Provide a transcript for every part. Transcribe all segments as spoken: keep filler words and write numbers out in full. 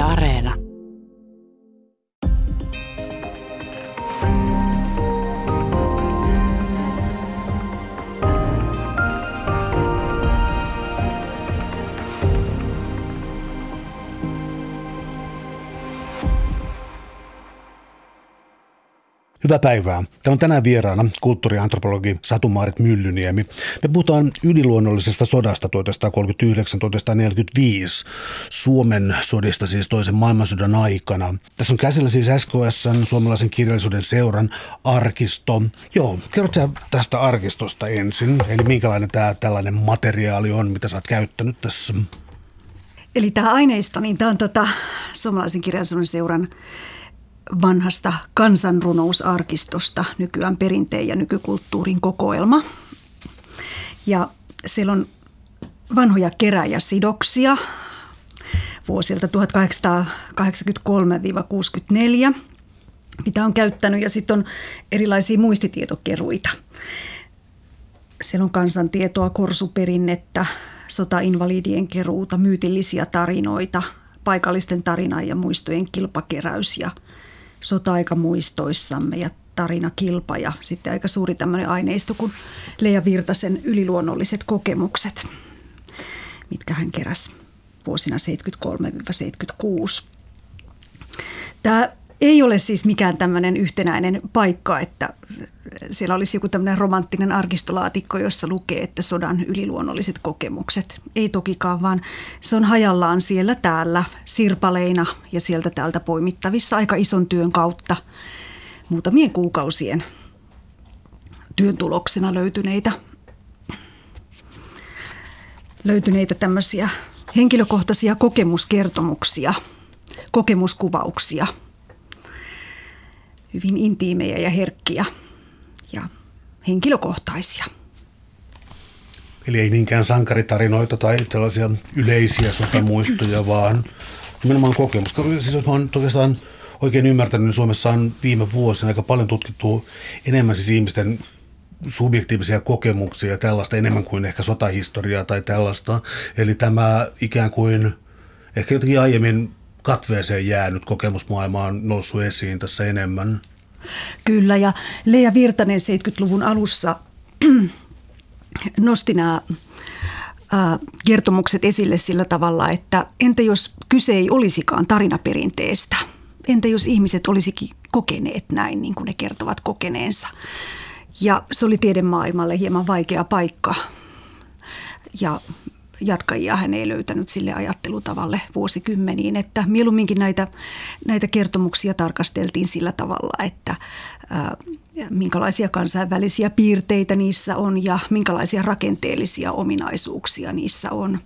Areena. Hyvää päivää. Täällä on tänään vieraana kulttuuriantropologi Satu-Maarit Myllyniemi. Me puhutaan yliluonnollisesta sodasta tuhatyhdeksänsataakolmekymmentäyhdeksän tuhatyhdeksänsataaneljäkymmentäviisi, Suomen sodista siis toisen maailmansodan aikana. Tässä on käsillä siis S K S:n, suomalaisen kirjallisuuden seuran arkisto. Joo, kerrot sä tästä arkistosta ensin, eli minkälainen tämä tällainen materiaali on, mitä sä oot käyttänyt tässä? Eli tämä aineisto, niin tämä on tota, suomalaisen kirjallisuuden seuran vanhasta kansanrunousarkistosta, nykyään perinteen ja nykykulttuurin kokoelma. Ja siellä on vanhoja keräjäsidoksia vuosilta tuhatkahdeksansataakahdeksankymmentäkolme kuusikymmentäneljä, mitä on käyttänyt, ja sitten on erilaisia muistitietokeruita. Siellä on kansantietoa, korsuperinnettä, sotainvalidien keruuta, myytillisiä tarinoita, paikallisten tarinan ja muistojen kilpakeräys ja sota-aikamuistoissamme ja tarinakilpa ja sitten aika suuri tämmöinen aineisto kuin Leija Virtasen yliluonnolliset kokemukset, mitkä hän keräsi vuosina seitsemänkymmentäkolme seitsemänkymmentäkuusi. Tämä ei ole siis mikään tämmöinen yhtenäinen paikka, että siellä olisi joku tämmöinen romanttinen arkistolaatikko, jossa lukee, että sodan yliluonnolliset kokemukset. Ei tokikaan, vaan se on hajallaan siellä täällä sirpaleina ja sieltä täältä poimittavissa aika ison työn kautta muutamien kuukausien työn tuloksena löytyneitä, löytyneitä tämmöisiä henkilökohtaisia kokemuskertomuksia, kokemuskuvauksia, hyvin intiimejä ja herkkiä ja henkilökohtaisia. Eli ei niinkään sankaritarinoita tai tällaisia yleisiä sotamuistoja, vaan nimenomaan kokemus. Siis jos mä oon oikeastaan oikein ymmärtänyt, niin Suomessa on viime vuosina aika paljon tutkittu enemmän siis ihmisten subjektiivisia kokemuksia ja tällaista enemmän kuin ehkä sotahistoriaa tai tällaista. Eli tämä ikään kuin ehkä jotenkin aiemmin katveeseen jäänyt kokemusmaailma on noussut esiin tässä enemmän. Kyllä, ja Leija Virtanen seitsemänkymmentäluvun alussa nosti nämä ää, kertomukset esille sillä tavalla, että entä jos kyse ei olisikaan tarinaperinteestä? Entä jos ihmiset olisikin kokeneet näin, niin kuin ne kertovat kokeneensa? Ja se oli tiedemaailmalle hieman vaikea paikka, ja jatkajia hän ei löytänyt sille ajattelutavalle vuosikymmeniin, että mieluumminkin näitä, näitä kertomuksia tarkasteltiin sillä tavalla, että ää, minkälaisia kansainvälisiä piirteitä niissä on ja minkälaisia rakenteellisia ominaisuuksia niissä on.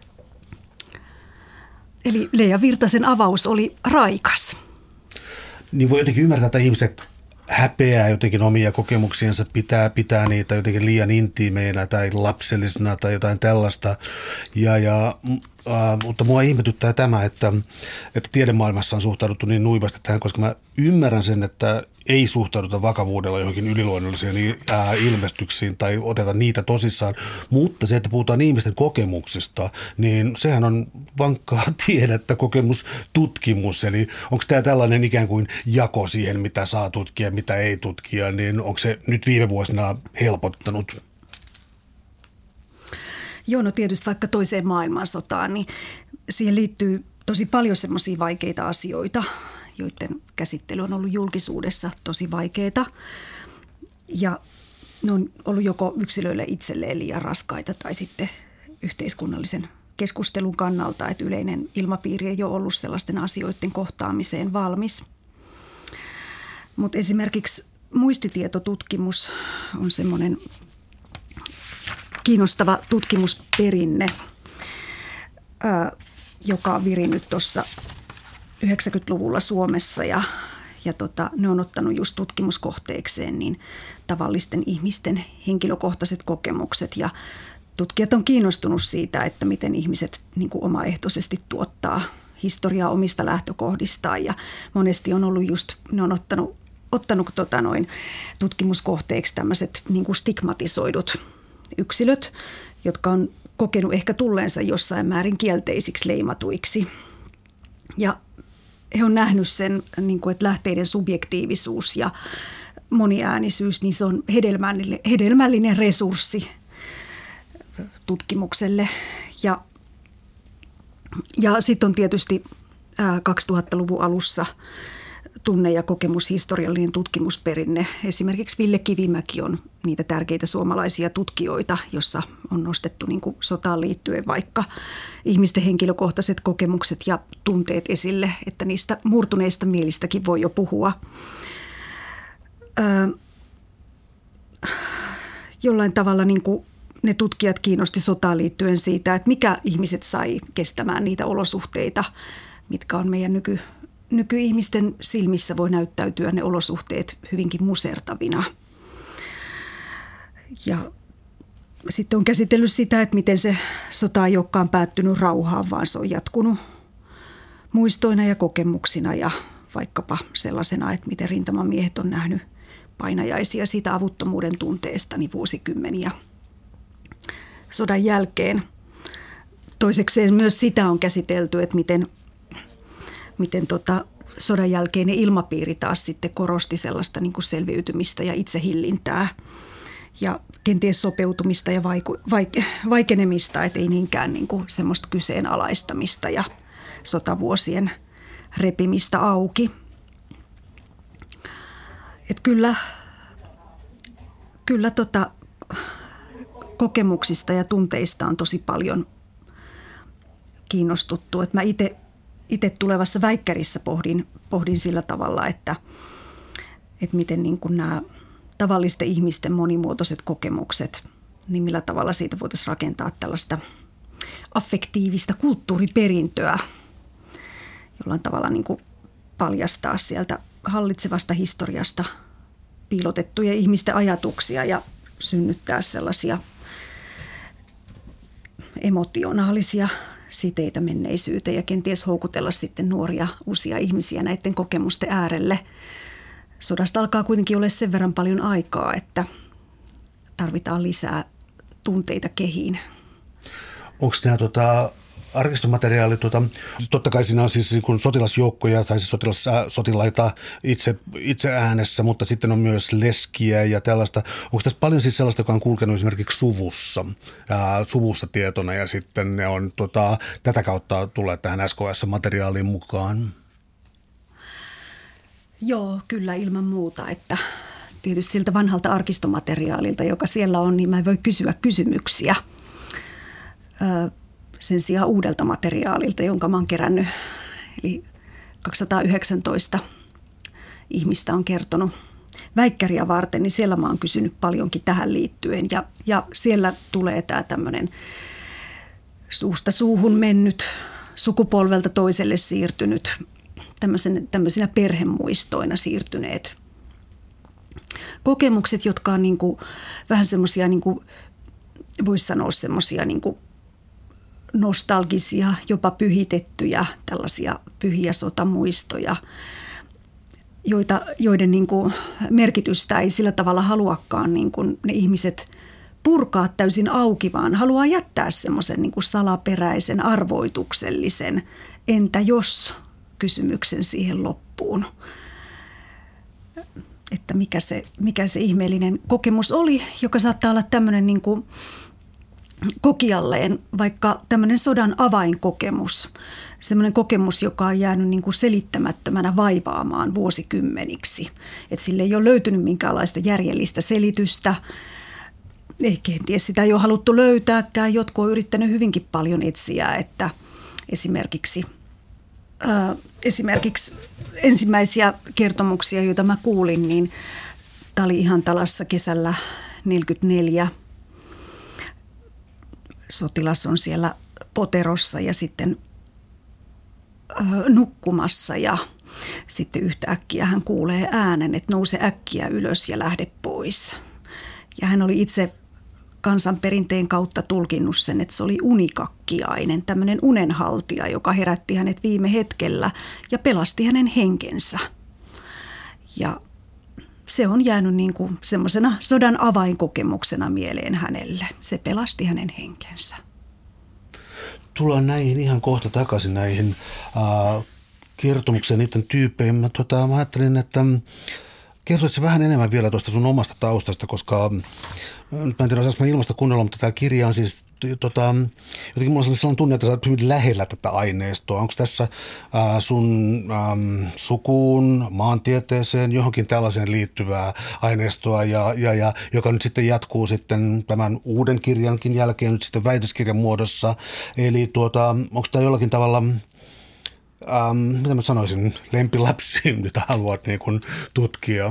Eli Leija Virtasen avaus oli raikas. Niin voi jotenkin ymmärtää, että ihmiset häpeää jotenkin omia kokemuksiensa, pitää, pitää niitä jotenkin liian intiimeinä tai lapsellisena tai jotain tällaista. Ja, ja, äh, mutta mua ihmetyttää tämä, että, että tiedemaailmassa on suhtauduttu niin nuivasti tähän, koska mä ymmärrän sen, että ei suhtauduta vakavuudella johonkin yliluonnollisiin äh, ilmestyksiin tai oteta niitä tosissaan, mutta se, että puhutaan ihmisten kokemuksista, niin sehän on vankkaa tiedettä, kokemustutkimus, eli onko tämä tällainen ikään kuin jako siihen, mitä saa tutkia, mitä ei tutkia, niin onko se nyt viime vuosina helpottanut? Joo, no tietysti vaikka toiseen maailmansotaan, niin siihen liittyy tosi paljon semmoisia vaikeita asioita, joiden käsittely on ollut julkisuudessa tosi vaikeaa. Ja ne on ollut joko yksilöille itselleen liian raskaita tai sitten yhteiskunnallisen keskustelun kannalta, että yleinen ilmapiiri ei ole ollut sellaisten asioiden kohtaamiseen valmis. Mutta esimerkiksi muistitietotutkimus on semmoinen kiinnostava tutkimusperinne, joka on virinnyt tuossa yhdeksänkymmentäluvulla Suomessa ja, ja tota, ne on ottanut just tutkimuskohteekseen niin tavallisten ihmisten henkilökohtaiset kokemukset ja tutkijat on kiinnostunut siitä, että miten ihmiset niin kuin omaehtoisesti tuottaa historiaa omista lähtökohdistaan ja monesti on ollut just, ne on ottanut, ottanut tota noin, tutkimuskohteeksi tämmöiset niin kuin stigmatisoidut yksilöt, jotka on kokenut ehkä tulleensa jossain määrin kielteisiksi leimatuiksi. Ja he on nähnyt sen, niin kuin, että lähteiden subjektiivisuus ja moniäänisyys, niin se on hedelmällinen, hedelmällinen resurssi tutkimukselle. Ja, ja sitten on tietysti kaksituhattaluvun alussa tunne- ja kokemushistoriallinen tutkimusperinne. Esimerkiksi Ville Kivimäki on niitä tärkeitä suomalaisia tutkijoita, jossa on nostettu niin kuin sotaan liittyen vaikka ihmisten henkilökohtaiset kokemukset ja tunteet esille, että niistä murtuneista mielistäkin voi jo puhua. Öö, jollain tavalla niin kuin ne tutkijat kiinnosti sotaan liittyen siitä, että mikä ihmiset sai kestämään niitä olosuhteita, mitkä on meidän nyky, nykyihmisten silmissä voi näyttäytyä ne olosuhteet hyvinkin musertavina. Ja sitten on käsitellyt sitä, että miten se sota ei olekaan päättynyt rauhaan, vaan se on jatkunut muistoina ja kokemuksina ja vaikkapa sellaisena, että miten rintamamiehet on nähnyt painajaisia siitä avuttomuuden tunteesta niin vuosikymmeniä sodan jälkeen. Toisekseen myös sitä on käsitelty, että miten, miten tota sodan jälkeinen ilmapiiri taas sitten korosti sellaista niin kuin selviytymistä ja itsehillintää ja kenties sopeutumista ja vaiku, vaike, vaikenemista, että ei niinkään niin kuin semmoista kyseenalaistamista ja sotavuosien repimistä auki. Että kyllä, kyllä tota, kokemuksista ja tunteista on tosi paljon kiinnostuttu. Että mä itse tulevassa väikkärissä pohdin, pohdin sillä tavalla, että, että miten niin kuin nämä tavallisten ihmisten monimuotoiset kokemukset, niin millä tavalla siitä voitaisiin rakentaa tällaista affektiivista kulttuuriperintöä, jollain tavalla niin kuin paljastaa sieltä hallitsevasta historiasta piilotettuja ihmisten ajatuksia ja synnyttää sellaisia emotionaalisia siteitä menneisyyteen ja kenties houkutella sitten nuoria uusia ihmisiä näiden kokemusten äärelle. Sodasta alkaa kuitenkin olla sen verran paljon aikaa, että tarvitaan lisää tunteita kehiin. Onko nämä tota, arkistomateriaalit, tota, totta kai siinä on siis niin sotilasjoukkoja tai siis sotilas, sotilaita itse, itse äänessä, mutta sitten on myös leskiä ja tällaista. Onko tässä paljon siis sellaista, joka on kulkenut esimerkiksi suvussa, ää, suvussa tietona ja sitten ne on tota, tätä kautta tulleet tähän S K S-materiaaliin mukaan? Joo, kyllä ilman muuta, että tietysti siltä vanhalta arkistomateriaalilta, joka siellä on, niin mä en voi kysyä kysymyksiä. Öö, sen sijaan uudelta materiaalilta, jonka mä oon kerännyt, eli kaksisataayhdeksäntoista ihmistä on kertonut väikkäriä varten, niin siellä mä oon kysynyt paljonkin tähän liittyen. Ja, ja siellä tulee tämä tämmöinen suusta suuhun mennyt, sukupolvelta toiselle siirtynyt, tämmöisinä perhemuistoina siirtyneet kokemukset, jotka on niin kuin, vähän semmoisia, niin kuin, voisi sanoa semmoisia niin kuin nostalgisia, jopa pyhitettyjä, tällaisia pyhiä sotamuistoja, joita, joiden niin kuin merkitystä ei sillä tavalla haluakaan niin kuin ne ihmiset purkaa täysin auki, vaan haluaa jättää semmoisen niin kuin salaperäisen, arvoituksellisen entä jos kysymyksen siihen loppuun. Että mikä se, mikä se ihmeellinen kokemus oli, joka saattaa olla tämmöinen niin kuin kokijalleen vaikka tämmöinen sodan avainkokemus, semmoinen kokemus, joka on jäänyt niin kuin selittämättömänä vaivaamaan vuosikymmeniksi. Että sille ei ole löytynyt minkäänlaista järjellistä selitystä. Ei kenties sitä ei ole haluttu löytääkään. Jotkut on yrittänyt hyvinkin paljon etsiä, että esimerkiksi, ää, esimerkiksi ensimmäisiä kertomuksia, joita mä kuulin, niin tämä oli ihan talassa kesällä neljäkymmentäneljä. Sotilas on siellä poterossa ja sitten ö, nukkumassa ja sitten yhtäkkiä hän kuulee äänen, että nouse äkkiä ylös ja lähde pois. Ja hän oli itse kansanperinteen kautta tulkinnut sen, että se oli unikakkiainen, tämmöinen unenhaltija, joka herätti hänet viime hetkellä ja pelasti hänen henkensä. Ja se on jäänyt niin kuin semmoisena sodan avainkokemuksena mieleen hänelle. Se pelasti hänen henkensä. Tullaan näihin ihan kohta takaisin näihin äh, kertomuksia niiden tyyppejä. Mä, tota, mä ajattelin, että kertoisitko vähän enemmän vielä tuosta sun omasta taustasta, koska nyt mä en tiedä, osaanko mä ilmaista kunnolla, mutta tämä kirja on siis, tota, jotenkin mulla on sellainen tunne, että sä oot hyvin lähellä tätä aineistoa. Onko tässä ää, sun äm, sukuun, maantieteeseen, johonkin tällaiseen liittyvää aineistoa, ja, ja, ja, joka nyt sitten jatkuu sitten tämän uuden kirjankin jälkeen nyt sitten väitöskirjan muodossa. Eli tuota, onko tämä jollakin tavalla... Ähm, mitä mä sanoisin, lempilapsiin, mitä haluat niin kun tutkia?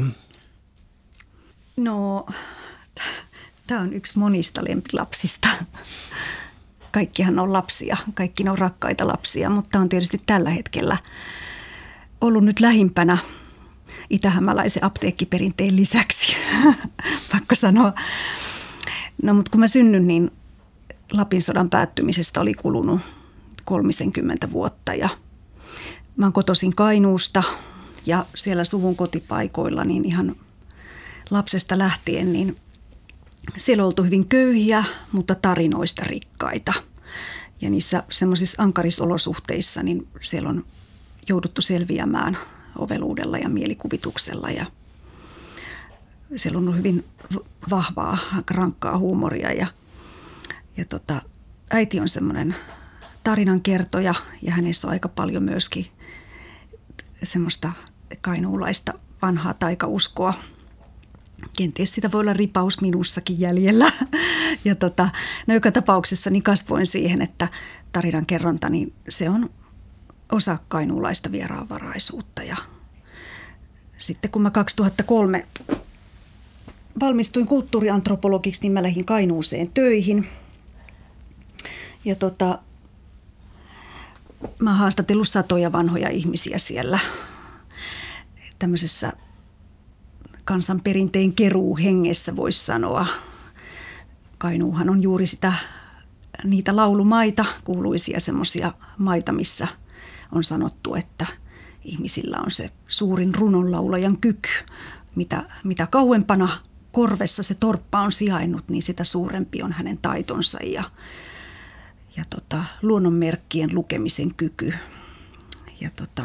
No, tämä on yksi monista lempilapsista. Kaikkihan on lapsia, kaikki ne on rakkaita lapsia, mutta on tietysti tällä hetkellä ollut nyt lähimpänä itähämäläisen apteekkiperinteen lisäksi, pakko sanoa. No, mutta kun mä synnyn, niin Lapin sodan päättymisestä oli kulunut kolmisenkymmentä vuotta ja mä oon kotoisin Kainuusta ja siellä suvun kotipaikoilla niin ihan lapsesta lähtien niin siellä on oltu hyvin köyhiä, mutta tarinoista rikkaita. Ja niissä semmoisissa ankarisolosuhteissa niin siellä on jouduttu selviämään oveluudella ja mielikuvituksella ja siellä on ollut hyvin vahvaa, rankkaa huumoria ja, ja tota, äiti on semmoinen tarinankertoja ja hänessä on aika paljon myöskin semmoista kainuulaista vanhaa taikauskoa. Kenties sitä voi olla ripaus minussakin jäljellä. Ja tota, no joka tapauksessa niin kasvoin siihen, että tarinankerronta niin se on osa kainuulaista vieraanvaraisuutta. Ja sitten kun mä kaksituhattakolme valmistuin kulttuuriantropologiksi, niin mä lähdin Kainuuseen töihin. Ja tota... Mä oon haastatellut satoja vanhoja ihmisiä siellä tämmöisessä kansanperinteen keruu hengessä, voisi sanoa. Kainuuhan on juuri sitä, niitä laulumaita, kuuluisia semmoisia maita, missä on sanottu, että ihmisillä on se suurin runonlaulajan kyky. Mitä, mitä kauempana korvessa se torppa on sijainnut, niin sitä suurempi on hänen taitonsa ja Ja tota, luonnonmerkkien lukemisen kyky. Ja tota,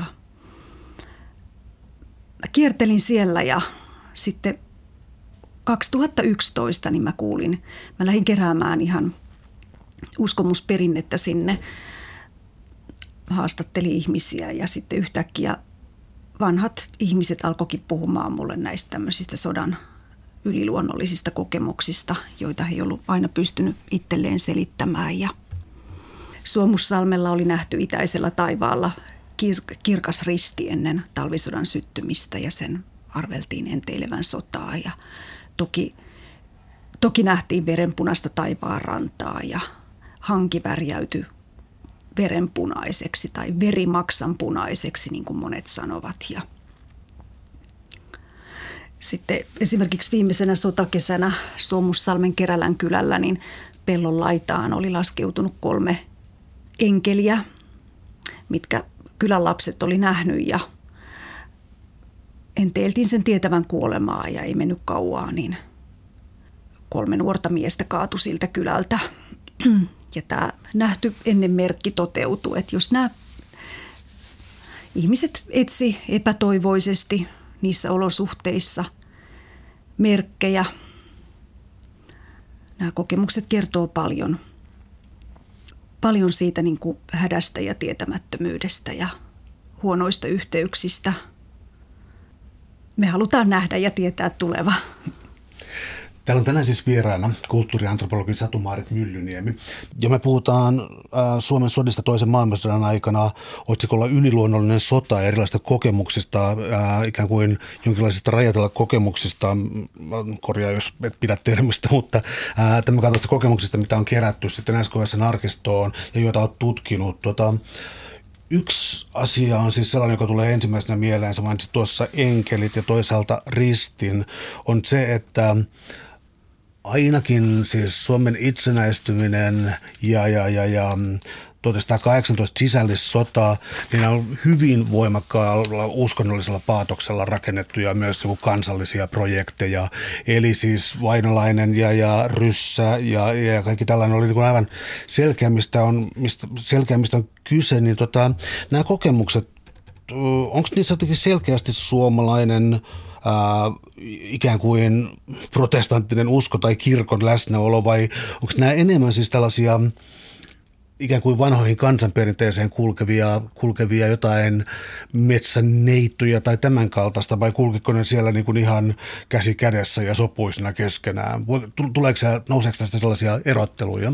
mä kiertelin siellä ja sitten kaksituhattayksitoista niin mä kuulin, mä lähdin keräämään ihan uskomusperinnettä sinne. Haastattelin ihmisiä ja sitten yhtäkkiä vanhat ihmiset alkoikin puhumaan mulle näistä tämmöisistä sodan yliluonnollisista kokemuksista, joita he ei ollut aina pystynyt itselleen selittämään ja Suomussalmella oli nähty itäisellä taivaalla kirkas risti ennen talvisodan syttymistä ja sen arveltiin enteilevän sotaa. Ja toki, toki nähtiin verenpunaista taivaan rantaa ja hanki värjäytyi verenpunaiseksi tai verimaksan punaiseksi, niin kuin monet sanovat. Ja sitten esimerkiksi viimeisenä sotakesänä Suomussalmen Kerälän kylällä niin pellon laitaan oli laskeutunut kolme enkeliä, mitkä kylän lapset oli nähnyt ja enteiltiin sen tietävän kuolemaa ja ei mennyt kauaa, niin kolme nuorta miestä kaatui siltä kylältä. Ja tämä nähty ennen merkki toteutui, että jos nämä ihmiset etsi epätoivoisesti niissä olosuhteissa merkkejä, nämä kokemukset kertoo paljon. Paljon siitä niin kuin hädästä ja tietämättömyydestä ja huonoista yhteyksistä. Me halutaan nähdä ja tietää tuleva. Täällä on tänään siis vieraana kulttuuriantropologi Satu-Maarit Myllyniemi. Ja me puhutaan äh, Suomen sodista toisen maailmansodan aikana otsikolla yliluonnollinen sota ja erilaisista kokemuksista, äh, ikään kuin jonkinlaisista rajatella kokemuksista, korjaa jos et pidä termistä, mutta äh, tämän kaltaista kokemuksista, mitä on kerätty sitten S K S:n arkistoon ja joita olet tutkinut. Tota, Yksi asia on siis sellainen, joka tulee ensimmäisenä mieleen, sä mainitsit tuossa enkelit ja toisaalta ristin, on se, että ainakin siis Suomen itsenäistyminen ja, ja, ja, ja tuhatyhdeksänsataakahdeksantoista sisällissota, niin on hyvin voimakkaalla uskonnollisella paatoksella rakennettuja myös kansallisia projekteja. Eli siis Vainolainen ja, ja Ryssä ja, ja kaikki tällainen oli niin kuin aivan selkeä, mistä on, mistä, selkeä, mistä on kyse. Niin tota, nämä kokemukset onko niissä jotenkin selkeästi suomalainen ää, ikään kuin protestanttinen usko tai kirkon läsnäolo, vai onko nämä enemmän siis tällaisia ikään kuin vanhoihin kansanperinteeseen kulkevia, kulkevia jotain metsäneittyjä tai tämän kaltaista, vai kulkiko ne siellä niin kuin ihan käsi kädessä ja sopuisina keskenään? Tuleeko se, nouseeko tästä sellaisia erotteluja?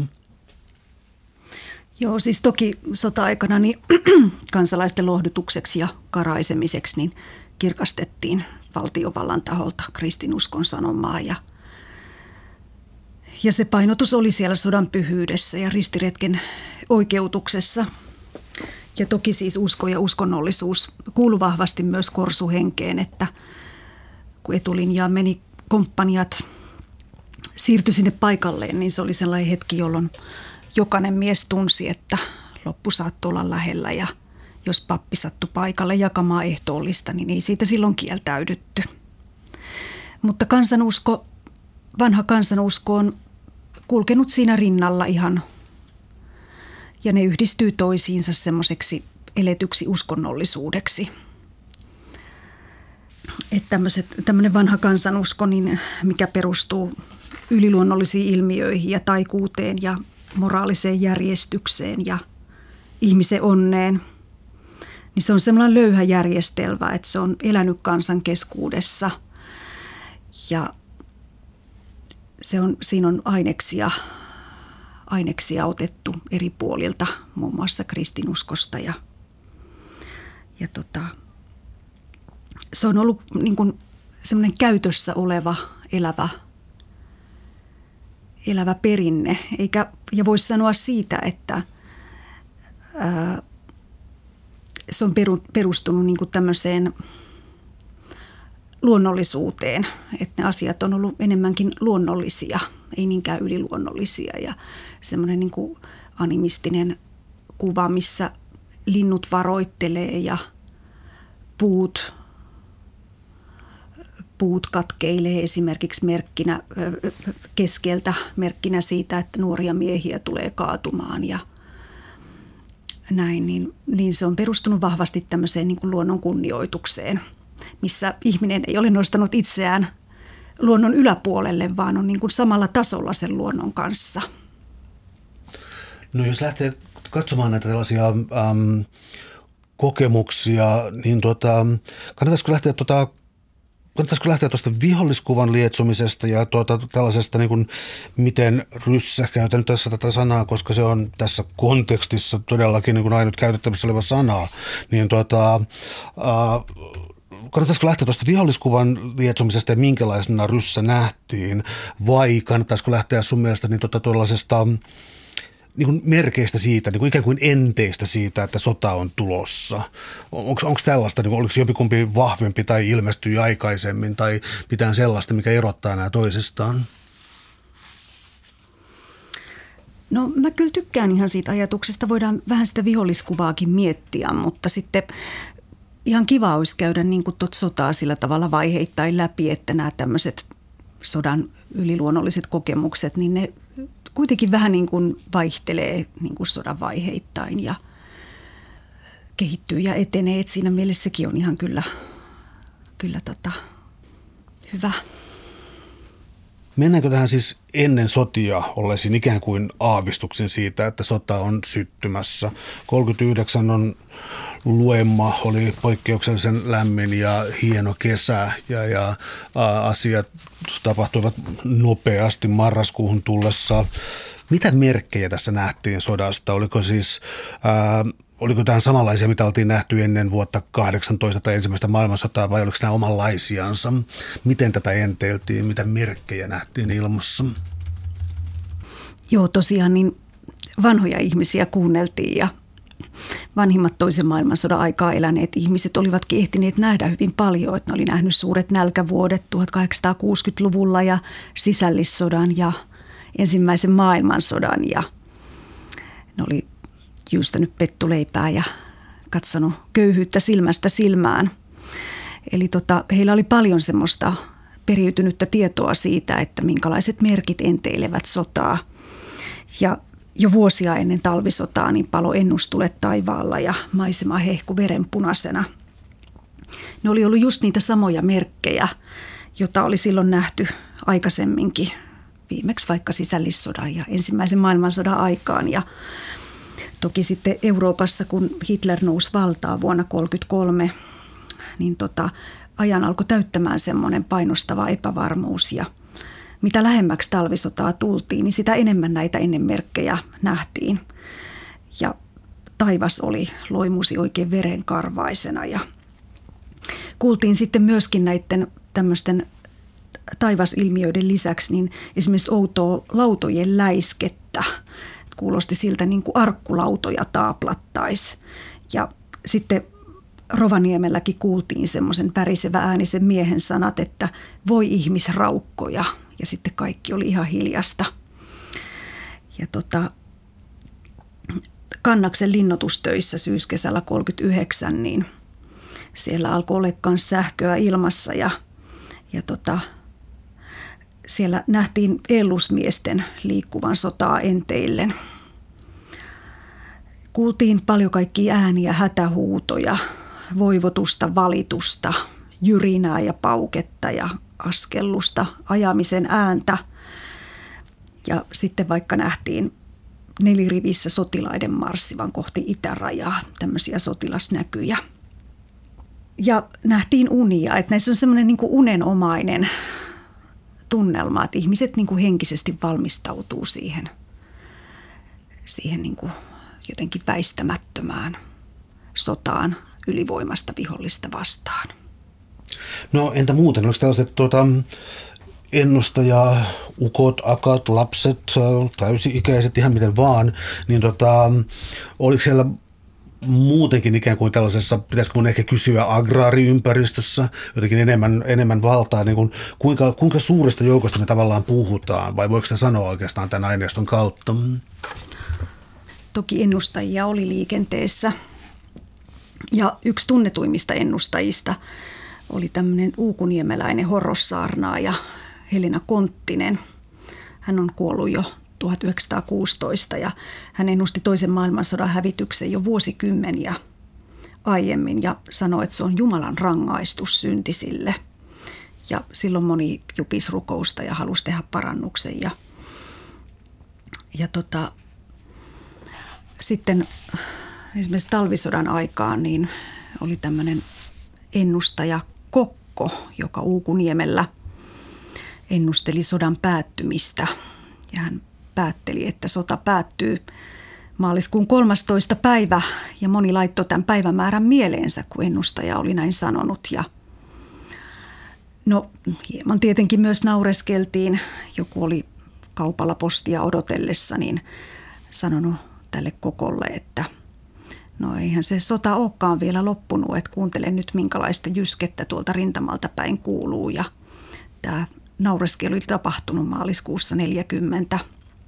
Joo, siis toki sota-aikana niin kansalaisten lohdutukseksi ja karaisemiseksi niin kirkastettiin valtiovallan taholta kristinuskon sanomaa ja Ja se painotus oli siellä sodan pyhyydessä ja ristiretken oikeutuksessa. Ja toki siis usko ja uskonnollisuus kuului vahvasti myös korsuhenkeen, että kun etulinjaan meni komppaniat, siirtyi sinne paikalleen, niin se oli sellainen hetki, jolloin jokainen mies tunsi, että loppu saattoi olla lähellä. Ja jos pappi sattui paikalle jakamaan ehtoollista, niin ei siitä silloin kieltäydytty. Mutta kansanusko, vanha kansanusko on kulkenut siinä rinnalla ihan, ja ne yhdistyy toisiinsa semmoiseksi eletyksi uskonnollisuudeksi. Että tämmöinen vanha kansanusko, niin mikä perustuu yliluonnollisiin ilmiöihin ja taikuuteen ja moraaliseen järjestykseen ja ihmisen onneen, niin se on semmoinen löyhä järjestelmä, että se on elänyt kansan keskuudessa ja Se on, siinä on aineksia, aineksia otettu eri puolilta, muun muassa kristinuskosta. Ja, ja tota, se on ollut niin kuin semmoinen käytössä oleva, elävä, elävä perinne. Eikä, ja voisi sanoa siitä, että ää, se on peru, perustunut niin kuin tämmöiseen luonnollisuuteen, että ne asiat on ollut enemmänkin luonnollisia, ei niinkään yliluonnollisia. Ja semmoinen niin kuin animistinen kuva, missä linnut varoittelee ja puut, puut katkeilee esimerkiksi merkkinä keskeltä, merkkinä siitä, että nuoria miehiä tulee kaatumaan ja näin, niin, niin se on perustunut vahvasti tämmöiseen niin kuin luonnon kunnioitukseen, missä ihminen ei ole nostanut itseään luonnon yläpuolelle, vaan on niin kuin samalla tasolla sen luonnon kanssa. No jos lähtee katsomaan näitä tällaisia äm, kokemuksia, niin tuota, kannattaisiko lähteä tuota, kannattaisiko lähteä tuosta viholliskuvan lietsomisesta ja tuota, tällaisesta, niin kuin, miten ryssä, käytän tässä tätä sanaa, koska se on tässä kontekstissa todellakin niin kuin ainut käytettävissä oleva sana, niin tuota, äh, kannattaisiko lähteä tuosta viholliskuvan lietsomisesta ja minkälaisena ryssä nähtiin, vai kannattaisiko lähteä sun mielestä niin tuota, tuollaisesta niin kuin merkeistä siitä, niin kuin ikään kuin enteistä siitä, että sota on tulossa? Onko tällaista, niin kuin, oliko jopikumpi vahvempi tai ilmestyi aikaisemmin tai mitään sellaista, mikä erottaa nämä toisistaan? No mä kyllä tykkään ihan siitä ajatuksesta. Voidaan vähän sitä viholliskuvaakin miettiä, mutta sitten ihan kiva olisi käydä niin kuin tuota sotaa sillä tavalla vaiheittain läpi, että nämä tämmöiset sodan yliluonnolliset kokemukset, niin ne kuitenkin vähän niin kuin vaihtelee niin kuin sodan vaiheittain ja kehittyy ja etenee. Et siinä mielessä sekin on ihan kyllä, kyllä tota, hyvä. Mennäänkö tähän siis ennen sotia olleisiin ikään kuin aavistuksen siitä, että sota on syttymässä? kolmekymmentäyhdeksän on luemma, oli poikkeuksellisen lämmin ja hieno kesä ja, ja ä, asiat tapahtuivat nopeasti marraskuuhun tullessa. Mitä merkkejä tässä nähtiin sodasta? Oliko siis... Ä, Oliko tämä samanlaisia, mitä oltiin nähty ennen vuotta kahdeksantoista tai ensimmäistä maailmansotaa, vai oliko nämä omanlaisiansa? Miten tätä enteiltiin? Mitä merkkejä nähtiin ilmassa? Joo, tosiaan niin vanhoja ihmisiä kuunneltiin ja vanhimmat toisen maailmansodan aikaa eläneet ihmiset olivatkin ehtineet nähdä hyvin paljon. Että ne oli nähnyt suuret nälkävuodet tuhatkahdeksansataakuusikymmentäluvulla ja sisällissodan ja ensimmäisen maailmansodan ja ne oli jyystänyt pettuleipää ja katsonut köyhyyttä silmästä silmään. Eli tota, heillä oli paljon semmoista periytynyttä tietoa siitä, että minkälaiset merkit enteilevät sotaa. Ja jo vuosia ennen talvisotaa niin palo ennustulet taivaalla ja maisema hehku verenpunaisena. Ne oli ollut just niitä samoja merkkejä, jota oli silloin nähty aikaisemminkin, viimeksi vaikka sisällissodan ja ensimmäisen maailmansodan aikaan. Ja toki sitten Euroopassa, kun Hitler nousi valtaan vuonna tuhatyhdeksänsataakolmekymmentäkolme, niin tota, ajan alkoi täyttämään semmoinen painostava epävarmuus. Ja mitä lähemmäksi talvisotaa tultiin, niin sitä enemmän näitä ennen merkkejä nähtiin. Ja taivas oli loimusi oikein verenkarvaisena ja kuultiin sitten myöskin näiden tämmöisten taivasilmiöiden lisäksi niin esimerkiksi outoa lautojen läiskettä. Kuulosti siltä niin kuin arkkulautoja taaplattaisi. Ja sitten Rovaniemelläkin kuultiin semmoisen värisevä äänisen miehen sanat, että voi ihmisraukkoja. Ja sitten kaikki oli ihan hiljasta. Ja tota, Kannaksen linnoitustöissä syyskesällä kolmekymmentäyhdeksän, niin siellä alkoi olla myös sähköä ilmassa ja, ja tota, siellä nähtiin ellusmiesten liikkuvan sotaa enteillen. Kuultiin paljon kaikkia ääniä, hätähuutoja, voivotusta, valitusta, jyrinää ja pauketta ja askellusta, ajamisen ääntä. Ja sitten vaikka nähtiin nelirivissä sotilaiden marssivan kohti itärajaa, tämmöisiä sotilasnäkyjä. Ja nähtiin unia, että näissä on semmoinen niin kuin unenomainen tunnelma, että ihmiset niin kuin henkisesti valmistautuu siihen, siihen niin kuin jotenkin väistämättömään sotaan ylivoimasta vihollista vastaan. No entä muuten, oliko tällaiset tuota, ennustaja, ukot, akat, lapset, täysi-ikäiset, ihan miten vaan, niin tota, oliko siellä muutenkin ikään kuin tällaisessa, pitäisikö mun ehkä kysyä agraariympäristössä jotenkin enemmän, enemmän valtaa, niin kuin, kuinka, kuinka suuresta joukosta me tavallaan puhutaan, vai voiko sitä sanoa oikeastaan tämän aineiston kautta? Toki ennustajia oli liikenteessä, ja yksi tunnetuimmista ennustajista oli tämmöinen uukuniemeläinen horrossaarnaaja Helena Konttinen. Hän on kuollut jo tuhatyhdeksänsataakuusitoista ja hän ennusti toisen maailmansodan hävityksen jo vuosikymmeniä aiemmin ja sanoi, että se on Jumalan rangaistus syntisille. Ja silloin moni jupisi rukousta ja halusi tehdä parannuksen. Ja, ja tota, sitten esimerkiksi talvisodan aikaan niin oli tämmöinen ennustaja Kokko, joka Uukuniemellä ennusteli sodan päättymistä. Ja hän päätteli, että sota päättyy maaliskuun kolmastoista päivä ja moni laittoi tämän päivämäärän mieleensä, kun ennustaja oli näin sanonut. Ja no hieman tietenkin myös naureskeltiin. Joku oli kaupalla postia odotellessa niin sanonut tälle Kokolle, että no eihän se sota olekaan vielä loppunut, että kuuntele nyt minkälaista jyskettä tuolta rintamalta päin kuuluu. Ja tämä naureskelu oli tapahtunut maaliskuussa neljäkymmentä.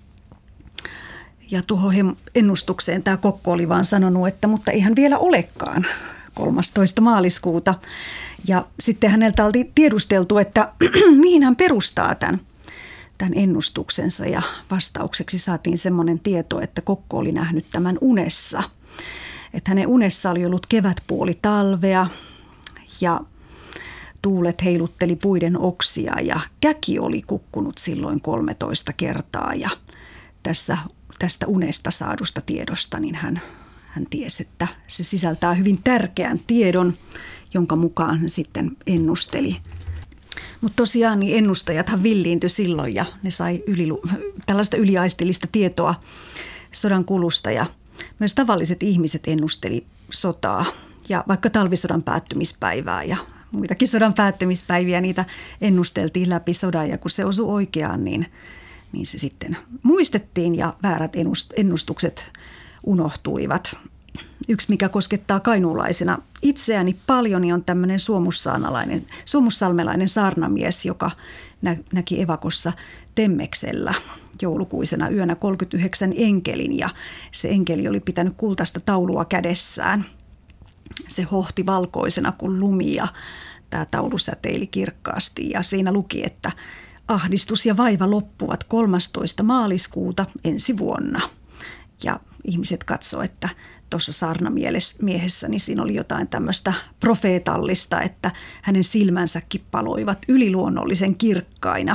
Ja tuohon ennustukseen tämä Kokko oli vaan sanonut, että mutta eihän vielä olekaan kolmastoista maaliskuuta. Ja sitten häneltä oli tiedusteltu, että mihin hän perustaa tämän, tämän ennustuksensa. Ja vastaukseksi saatiin semmoinen tieto, että Kokko oli nähnyt tämän unessa. Että hänen unessa oli ollut kevätpuoli talvea ja tuulet heilutteli puiden oksia ja käki oli kukkunut silloin kolmetoista kertaa. Ja tässä, tästä unesta saadusta tiedosta niin hän, hän tiesi, että se sisältää hyvin tärkeän tiedon, jonka mukaan hän sitten ennusteli. Mutta tosiaan niin ennustajathan villiintyi silloin ja ne sai yli, tällaista yliaistillista tietoa sodan kulusta ja myös tavalliset ihmiset ennusteli sotaa ja vaikka talvisodan päättymispäivää ja muitakin sodan päättymispäiviä, niitä ennusteltiin läpi sodan ja kun se osui oikeaan, niin, niin se sitten muistettiin ja väärät ennustukset unohtuivat. Yksi, mikä koskettaa kainuulaisena itseäni paljon, niin on tämmöinen suomussalmelainen, suomussalmelainen saarnamies, joka nä, näki evakossa Temmeksellä joulukuisena yönä kolmekymmentäyhdeksän enkelin ja se enkeli oli pitänyt kultaista taulua kädessään. Se hohti valkoisena kuin lumi ja tämä taulu säteili kirkkaasti ja siinä luki, että ahdistus ja vaiva loppuvat kolmastoista maaliskuuta ensi vuonna. Ja ihmiset katsoo, että tuossa saarnamiehessä, niin siinä oli jotain tämmöistä profeetallista, että hänen silmänsäkin paloivat yliluonnollisen kirkkaina.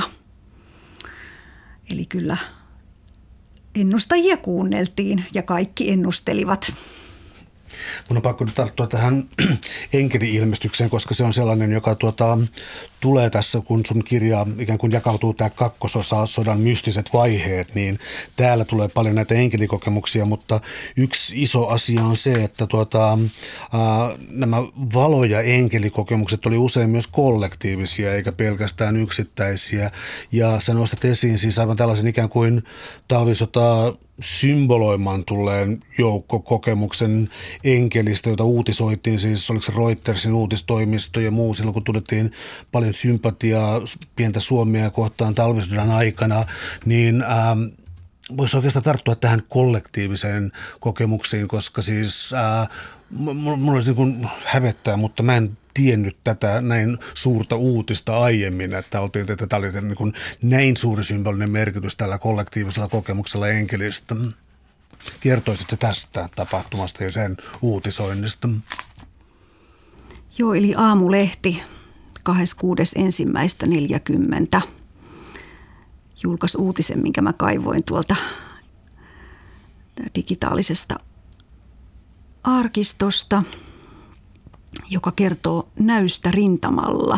Eli kyllä ennustajia kuunneltiin ja kaikki ennustelivat. Mun on pakko tarttua tähän enkeli-ilmestykseen, koska se on sellainen, joka tuota, tulee tässä, kun sun kirja ikään kuin jakautuu tämä kakkososa, sodan mystiset vaiheet, niin täällä tulee paljon näitä enkelikokemuksia, mutta yksi iso asia on se, että tuota, ää, nämä valo- ja enkelikokemukset oli usein myös kollektiivisia, eikä pelkästään yksittäisiä, ja sä nostat esiin siis aivan tällaisen ikään kuin talvisotaa symboloimaan tulleen joukkokokemuksen enkelistä, jota uutisoitiin, siis oliko se Reutersin uutistoimisto ja muu silloin, kun tunnettiin paljon sympatiaa pientä Suomea kohtaan talvisodan aikana, niin ähm, voisi oikeastaan tarttua tähän kollektiiviseen kokemuksiin, koska siis äh, mulla olisi niin kuin hävettää, mutta mä en tiennyt tätä näin suurta uutista aiemmin, että oltiin, että tämä oli niin kuin näin suuri symbolinen merkitys tällä kollektiivisella kokemuksella enkelistä. Kertoisitko tästä tapahtumasta ja sen uutisoinnista? Joo, eli Aamulehti kahdeskymmeneskuudes ensimmäistä neljäkymmentä julkaisi uutisen, minkä mä kaivoin tuolta digitaalisesta arkistosta, joka kertoo näystä rintamalla.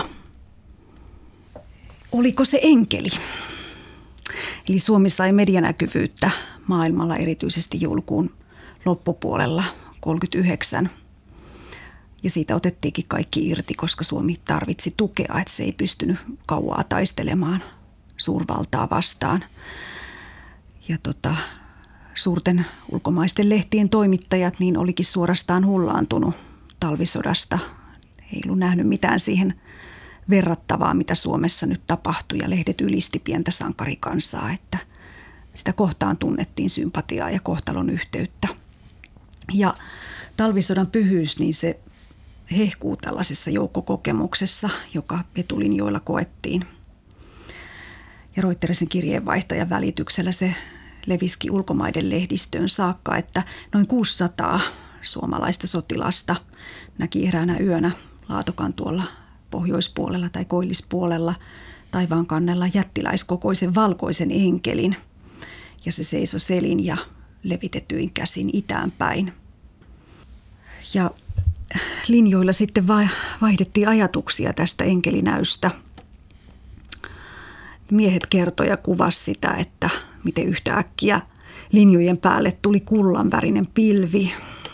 Oliko se enkeli? Eli Suomi sai medianäkyvyyttä maailmalla erityisesti joulukuun loppupuolella kolmekymmentäyhdeksän. Ja siitä otettiinkin kaikki irti, koska Suomi tarvitsi tukea, että se ei pystynyt kauaa taistelemaan suurvaltaa vastaan. Ja tota, suurten ulkomaisten lehtien toimittajat niin olikin suorastaan hullaantunut talvisodasta. Ei ollut nähnyt mitään siihen verrattavaa, mitä Suomessa nyt tapahtui, ja lehdet ylisti pientä sankarikansaa, että sitä kohtaan tunnettiin sympatiaa ja kohtalon yhteyttä. Ja talvisodan pyhyys, niin se hehkuu tällaisessa joukkokokemuksessa, joka etulinjoilla koettiin. Ja Reutersin kirjeenvaihtajan välityksellä se levisikin ulkomaiden lehdistöön saakka, että noin kuusisataa suomalaista sotilasta näki eräänä yönä Laatokan tuolla pohjoispuolella tai koillispuolella taivaankannella jättiläiskokoisen valkoisen enkelin. Ja se seisoi selin ja levitetyin käsin itään päin. Ja linjoilla sitten vaihdettiin ajatuksia tästä enkelinäystä. Miehet kertoi ja kuvasi sitä, että miten yhtäkkiä linjojen päälle tuli kullanvärinen pilvi.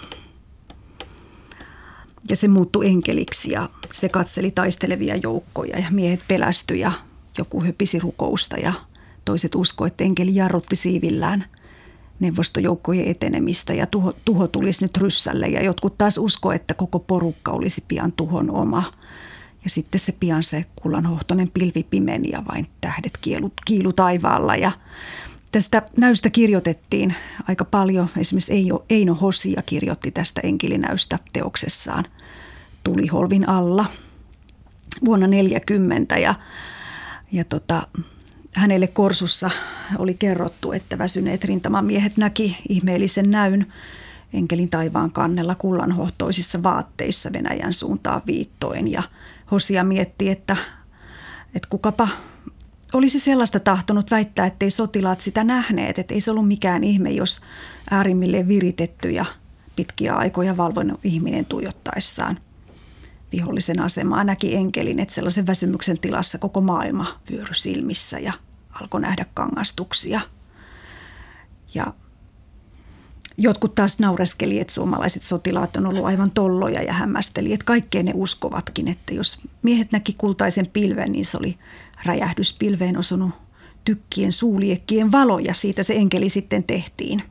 Ja se muuttui enkeliksi ja se katseli taistelevia joukkoja ja miehet pelästyi ja joku höpisi rukousta ja toiset uskoivat, että enkeli jarrutti siivillään neuvostojoukkojen etenemistä ja tuho, tuho tulisi nyt ryssälle, ja jotkut taas uskoivat, että koko porukka olisi pian tuhon oma. Ja sitten se pian se kullanhohtoinen pilvi pimeni ja vain tähdet kiilu, kiilu taivaalla. Ja tästä näystä kirjoitettiin aika paljon. Esimerkiksi Eino, Eino Hosia kirjoitti tästä enkelinäystä teoksessaan Tuliholvin alla vuonna neljäkymmentä. Ja, ja tota, hänelle Korsussa oli kerrottu, että väsyneet rintamamiehet näki ihmeellisen näyn enkelin taivaan kannella kullanhohtoisissa vaatteissa Venäjän suuntaan viittoen. Ja Hosia mietti, että, että kukapa olisi sellaista tahtonut väittää, ettei sotilaat sitä nähneet. Että ei se ollut mikään ihme, jos äärimmilleen viritetty ja pitkiä aikoja valvonut ihminen tuijottaessaan vihollisen asemaa näki enkelin, että sellaisen väsymyksen tilassa koko maailma vyöry silmissä ja alkoi nähdä kangastuksia. Ja jotkut taas naureskeli, että suomalaiset sotilaat on ollut aivan tolloja ja hämmästeli, että kaikkeen ne uskovatkin, että jos miehet näki kultaisen pilven, niin se oli räjähdyspilveen osunut tykkien suuliekkien valo, ja siitä se enkeli sitten tehtiin.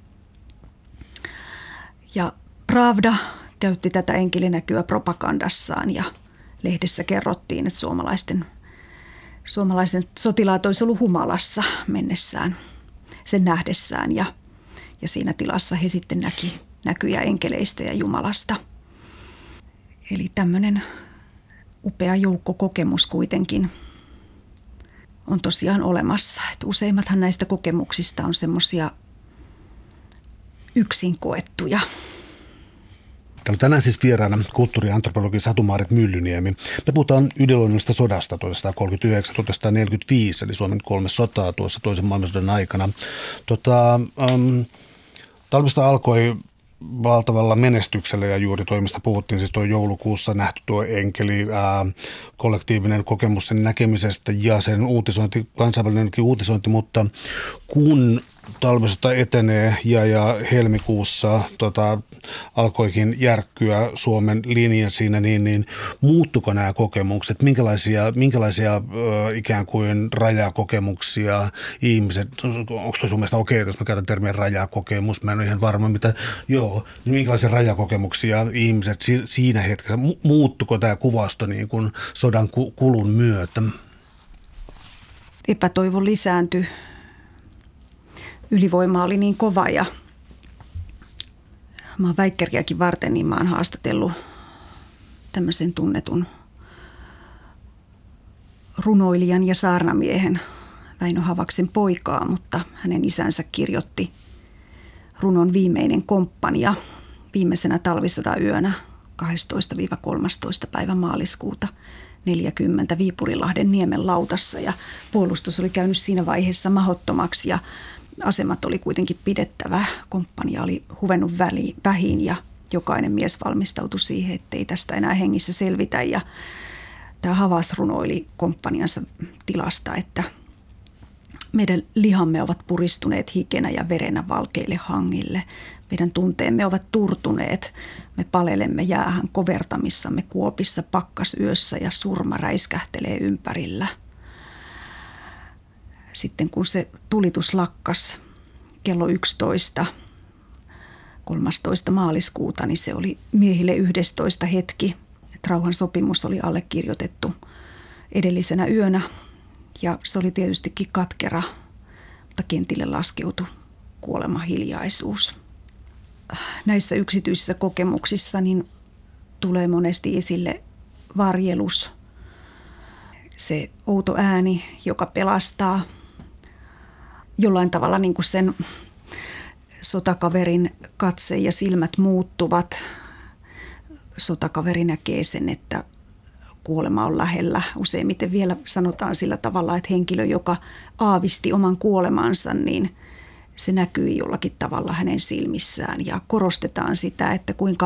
Ja Pravda käytti tätä enkelinäkyä propagandassaan, ja lehdessä kerrottiin, että suomalaisten, suomalaisen sotilaat olisi ollut humalassa mennessään, sen nähdessään, ja, ja siinä tilassa he sitten näki näkyjä enkeleistä ja Jumalasta. Eli tämmöinen upea joukkokokemus kuitenkin on tosiaan olemassa. Että useimmathan näistä kokemuksista on semmoisia yksin koettuja. Täällä on tänään siis vieraana kulttuuriantropologi Satu-Maarit Myllyniemi. Me puhutaan yliluonnollisesta sodasta tuhatyhdeksänsataakolmekymmentäyhdeksän neljäkymmentäviisi, eli Suomen kolme sotaa tuossa toisen maailmansodan aikana. Tota, um, talvista alkoi valtavalla menestyksellä ja juuri toimista puhuttiin, siis tuo joulukuussa nähty tuo enkeli, ää, kollektiivinen kokemus sen näkemisestä ja sen uutisointi, kansainvälinenkin uutisointi, mutta kun talvisota etenee ja, ja helmikuussa tota, alkoikin järkkyä Suomen linja siinä, niin, niin muuttuko nämä kokemukset? Minkälaisia, minkälaisia äh, ikään kuin rajakokemuksia ihmiset, onko toi sun mielestä okei, okay, jos mä käytän termiä rajakokemus, mä en ole ihan varma, mitä, joo, niin minkälaisia rajakokemuksia ihmiset si, siinä hetkessä, muuttuko tämä kuvasto niin kuin sodan ku, kulun myötä? Epätoivo lisääntyi. Ylivoima oli niin kova ja mä oon väikkeriäkin varten, niin mä oon haastatellut tämmöisen tunnetun runoilijan ja saarnamiehen Väinö Havaksen poikaa, mutta hänen isänsä kirjoitti runon Viimeinen komppania viimeisenä talvisodan yönä kahdestoista kolmastoista päivä maaliskuuta neljäkymmentä Viipurilahden Niemen lautassa ja puolustus oli käynyt siinä vaiheessa mahdottomaksi ja asemat oli kuitenkin pidettävä. Komppania oli huvennut väliin, vähin ja jokainen mies valmistautui siihen, ettei tästä enää hengissä selvitä. Ja tämä Havas runoili komppaniansa tilasta, että meidän lihamme ovat puristuneet hikenä ja verenä valkeille hangille. Meidän tunteemme ovat turtuneet. Me palelemme jäähän kovertamissamme kuopissa pakkasyössä ja surma räiskähtelee ympärillä. Sitten kun se tulitus lakkas kello yksitoista kolmastoista maaliskuuta, niin se oli miehille yhdestoista hetki. Että rauhan sopimus oli allekirjoitettu edellisenä yönä ja se oli tietystikin katkera, mutta kentille laskeutui kuolemahiljaisuus. Näissä yksityisissä kokemuksissa niin tulee monesti esille varjelus, se outo ääni, joka pelastaa jollain tavalla niin kuin sen sotakaverin katse ja silmät muuttuvat. Sotakaveri näkee sen, että kuolema on lähellä. Useimmiten vielä sanotaan sillä tavalla, että henkilö, joka aavisti oman kuolemansa, niin se näkyy jollakin tavalla hänen silmissään. Ja korostetaan sitä, että kuinka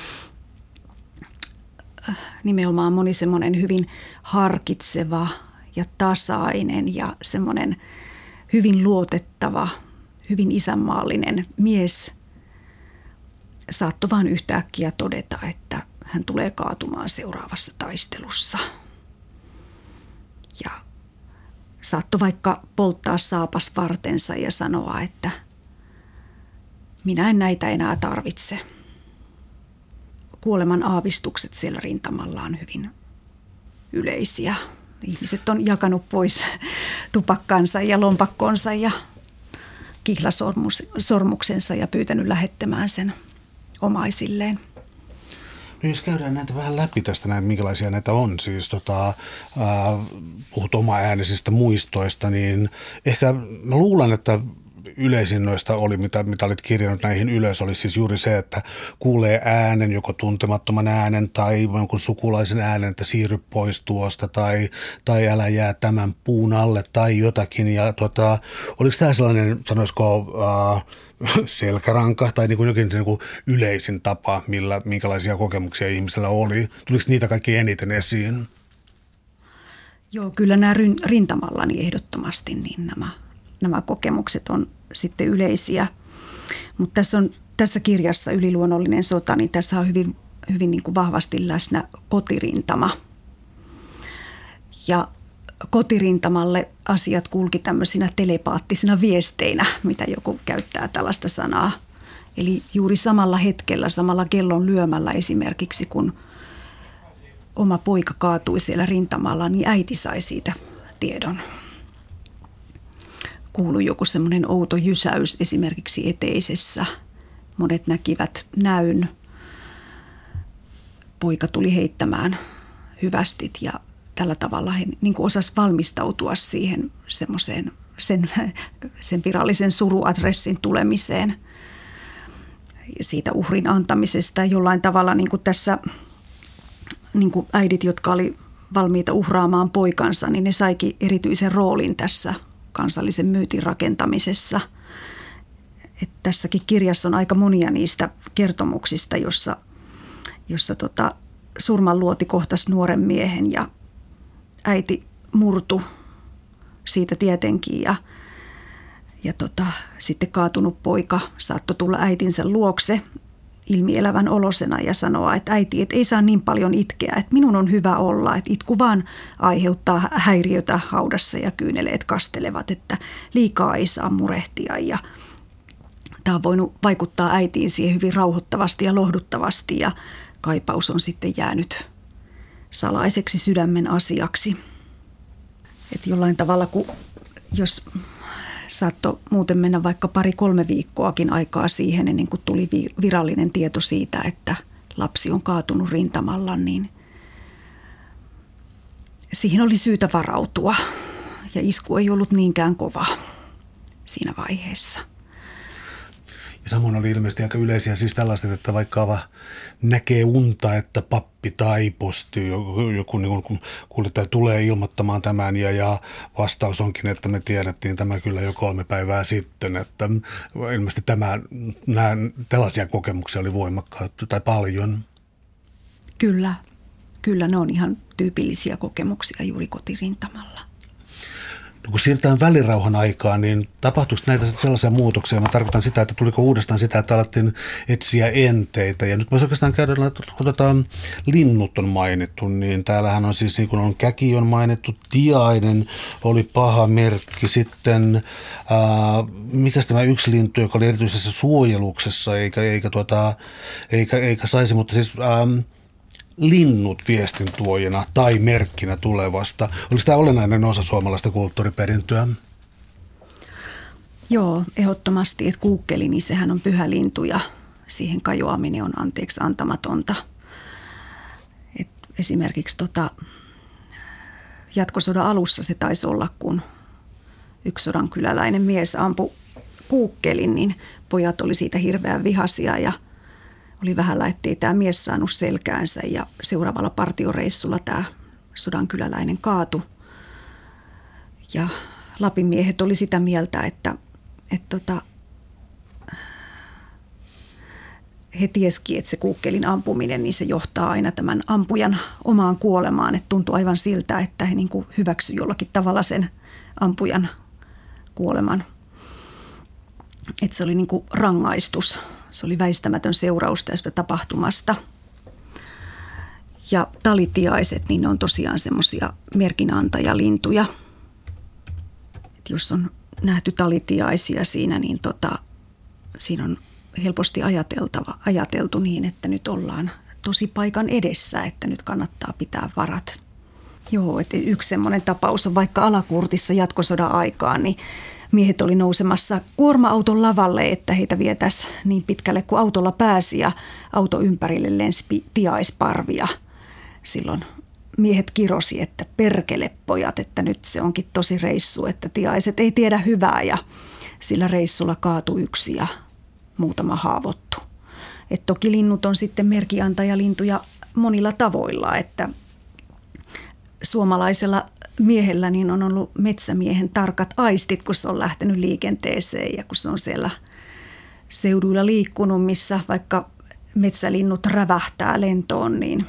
nimenomaan moni semmoinen hyvin harkitseva ja tasainen ja semmoinen hyvin luotettava, hyvin isänmaallinen mies saattoi vaan yhtäkkiä todeta, että hän tulee kaatumaan seuraavassa taistelussa. Ja saattoi vaikka polttaa saapasvartensa ja sanoa, että minä en näitä enää tarvitse. Kuoleman aavistukset siellä rintamalla on hyvin yleisiä. Ihmiset on jakanut pois tupakkansa ja lompakkonsa ja kihlasormuksensa ja pyytänyt lähettämään sen omaisilleen. No jos käydään näitä vähän läpi tästä, näin, minkälaisia näitä on, siis tota, äh, puhut oma-äänisistä muistoista, niin ehkä mä luulen, että yleisin noista oli, mitä, mitä olit kirjannut näihin ylös, oli siis juuri se, että kuulee äänen, joko tuntemattoman äänen tai jonkun sukulaisen äänen, että siirry pois tuosta tai, tai älä jää tämän puun alle tai jotakin. Ja tota, oliko tämä sellainen, sanoisiko, äh, selkäranka tai niin kuin jokin niin kuin yleisin tapa, millä, minkälaisia kokemuksia ihmisellä oli? Tuliko niitä kaikki eniten esiin? Joo, kyllä nämä rintamallani ehdottomasti niin nämä, nämä kokemukset on sitten yleisiä. Mutta tässä, on, tässä kirjassa Yliluonnollinen sota, niin tässä on hyvin, hyvin niin kuin vahvasti läsnä kotirintama. Ja kotirintamalle asiat kulki tämmöisinä telepaattisina viesteinä, mitä joku käyttää tällaista sanaa. Eli juuri samalla hetkellä, samalla kellon lyömällä esimerkiksi, kun oma poika kaatui siellä rintamalla, niin äiti sai siitä tiedon. Kuului joku semmoinen outo jysäys esimerkiksi eteisessä. Monet näkivät näyn. Poika tuli heittämään hyvästit ja tällä tavalla he niin kuin osasi valmistautua siihen semmoiseen sen, sen virallisen suruadressin tulemiseen. siitä uhrin antamisesta. Ja jollain tavalla niin kuin tässä niin kuin äidit, jotka oli valmiita uhraamaan poikansa, niin ne saikin erityisen roolin tässä kansallisen myytin rakentamisessa. Et tässäkin kirjassa on aika monia niistä kertomuksista, jossa, jossa tota, surmanluoti kohtasi nuoren miehen ja äiti murtu siitä tietenkin ja, ja tota, sitten kaatunut poika saattoi tulla äitinsä luokse ilmielävän olosena ja sanoa, että äiti, et ei saa niin paljon itkeä, että minun on hyvä olla, että itku vaan aiheuttaa häiriötä haudassa ja kyyneleet kastelevat, että liikaa ei saa murehtia. Ja tämä on voinut vaikuttaa äitiin siihen hyvin rauhoittavasti ja lohduttavasti ja kaipaus on sitten jäänyt salaiseksi sydämen asiaksi. Että jollain tavalla, kun jos saattoi muuten mennä vaikka pari-kolme viikkoakin aikaa siihen, ennen kuin tuli virallinen tieto siitä, että lapsi on kaatunut rintamalla, niin siihen oli syytä varautua. Ja isku ei ollut niinkään kova siinä vaiheessa. Ja samoin oli ilmeisesti aika yleisiä siis tällaiset, että vaikka näkee unta, että pappi taiposti, joku, joku niin kuin kuljettaja tulee ilmoittamaan tämän ja, ja vastaus onkin, että me tiedettiin tämä kyllä jo kolme päivää sitten. Että ilmeisesti tämä, nämä, tällaisia kokemuksia oli voimakkaita tai paljon. Kyllä, kyllä ne on ihan tyypillisiä kokemuksia juuri kotirintamalla. No kun siirrytään välirauhan aikaan, niin tapahtuiko näitä sellaisia muutoksia? Mä tarkoitan sitä, että tuliko uudestaan sitä, että alettiin etsiä enteitä. Ja nyt voisi oikeastaan käydä, kun tota, linnut on mainittu, niin täällähän on siis niin kuin on käki on mainittu, tiainen oli paha merkki. Sitten ää, mikäs tämä yksi lintu, joka oli erityisessä suojeluksessa, eikä, eikä, tuota, eikä, eikä saisi, mutta siis... Ää, linnut viestintuojina tai merkkinä tulevasta. Oliko tämä olennainen osa suomalaista kulttuuriperintöä? Joo, ehdottomasti. Että kuukkeli, niin sehän on pyhä lintu ja siihen kajoaminen on anteeksi antamatonta. Et esimerkiksi tota, jatkosodan alussa se taisi olla, kun yksi sodankyläläinen mies ampui kuukkelin, niin pojat oli siitä hirveän vihaisia ja oli vähällä, ettei tämä mies saanut selkäänsä ja seuraavalla partioreissulla tämä sodankyläläinen kaatui. Ja Lapin miehet oli sitä mieltä, että, että tota, he tieskin, että se kuukkelin ampuminen, niin se johtaa aina tämän ampujan omaan kuolemaan. Että tuntui aivan siltä, että he niin kuin hyväksyivät jollakin tavalla sen ampujan kuoleman. Että se oli niin kuin rangaistus. Se oli väistämätön seuraus tästä tapahtumasta. Ja talitiaiset, niin ne on tosiaan semmoisia merkinantajalintuja. Et jos on nähty talitiaisia siinä, niin tota, siinä on helposti ajateltava, ajateltu niin, että nyt ollaan tosi paikan edessä, että nyt kannattaa pitää varat. Joo, että yksi semmoinen tapaus on vaikka Alakurtissa jatkosodan aikaan, niin miehet oli nousemassa kuorma-auton lavalle, että heitä vietäisiin niin pitkälle kuin autolla pääsi ja auto ympärille lensi tiaisparvia. Silloin miehet kirosi, että perkele pojat, että nyt se onkin tosi reissu, että tiaiset ei tiedä hyvää ja sillä reissulla kaatui yksi ja muutama haavoittu. Et toki linnut on sitten merkiantajalintuja monilla tavoilla, että suomalaisella miehellä niin on ollut metsämiehen tarkat aistit, kun se on lähtenyt liikenteeseen ja kun se on siellä seuduilla liikkunut, missä vaikka metsälinnut rävähtää lentoon, niin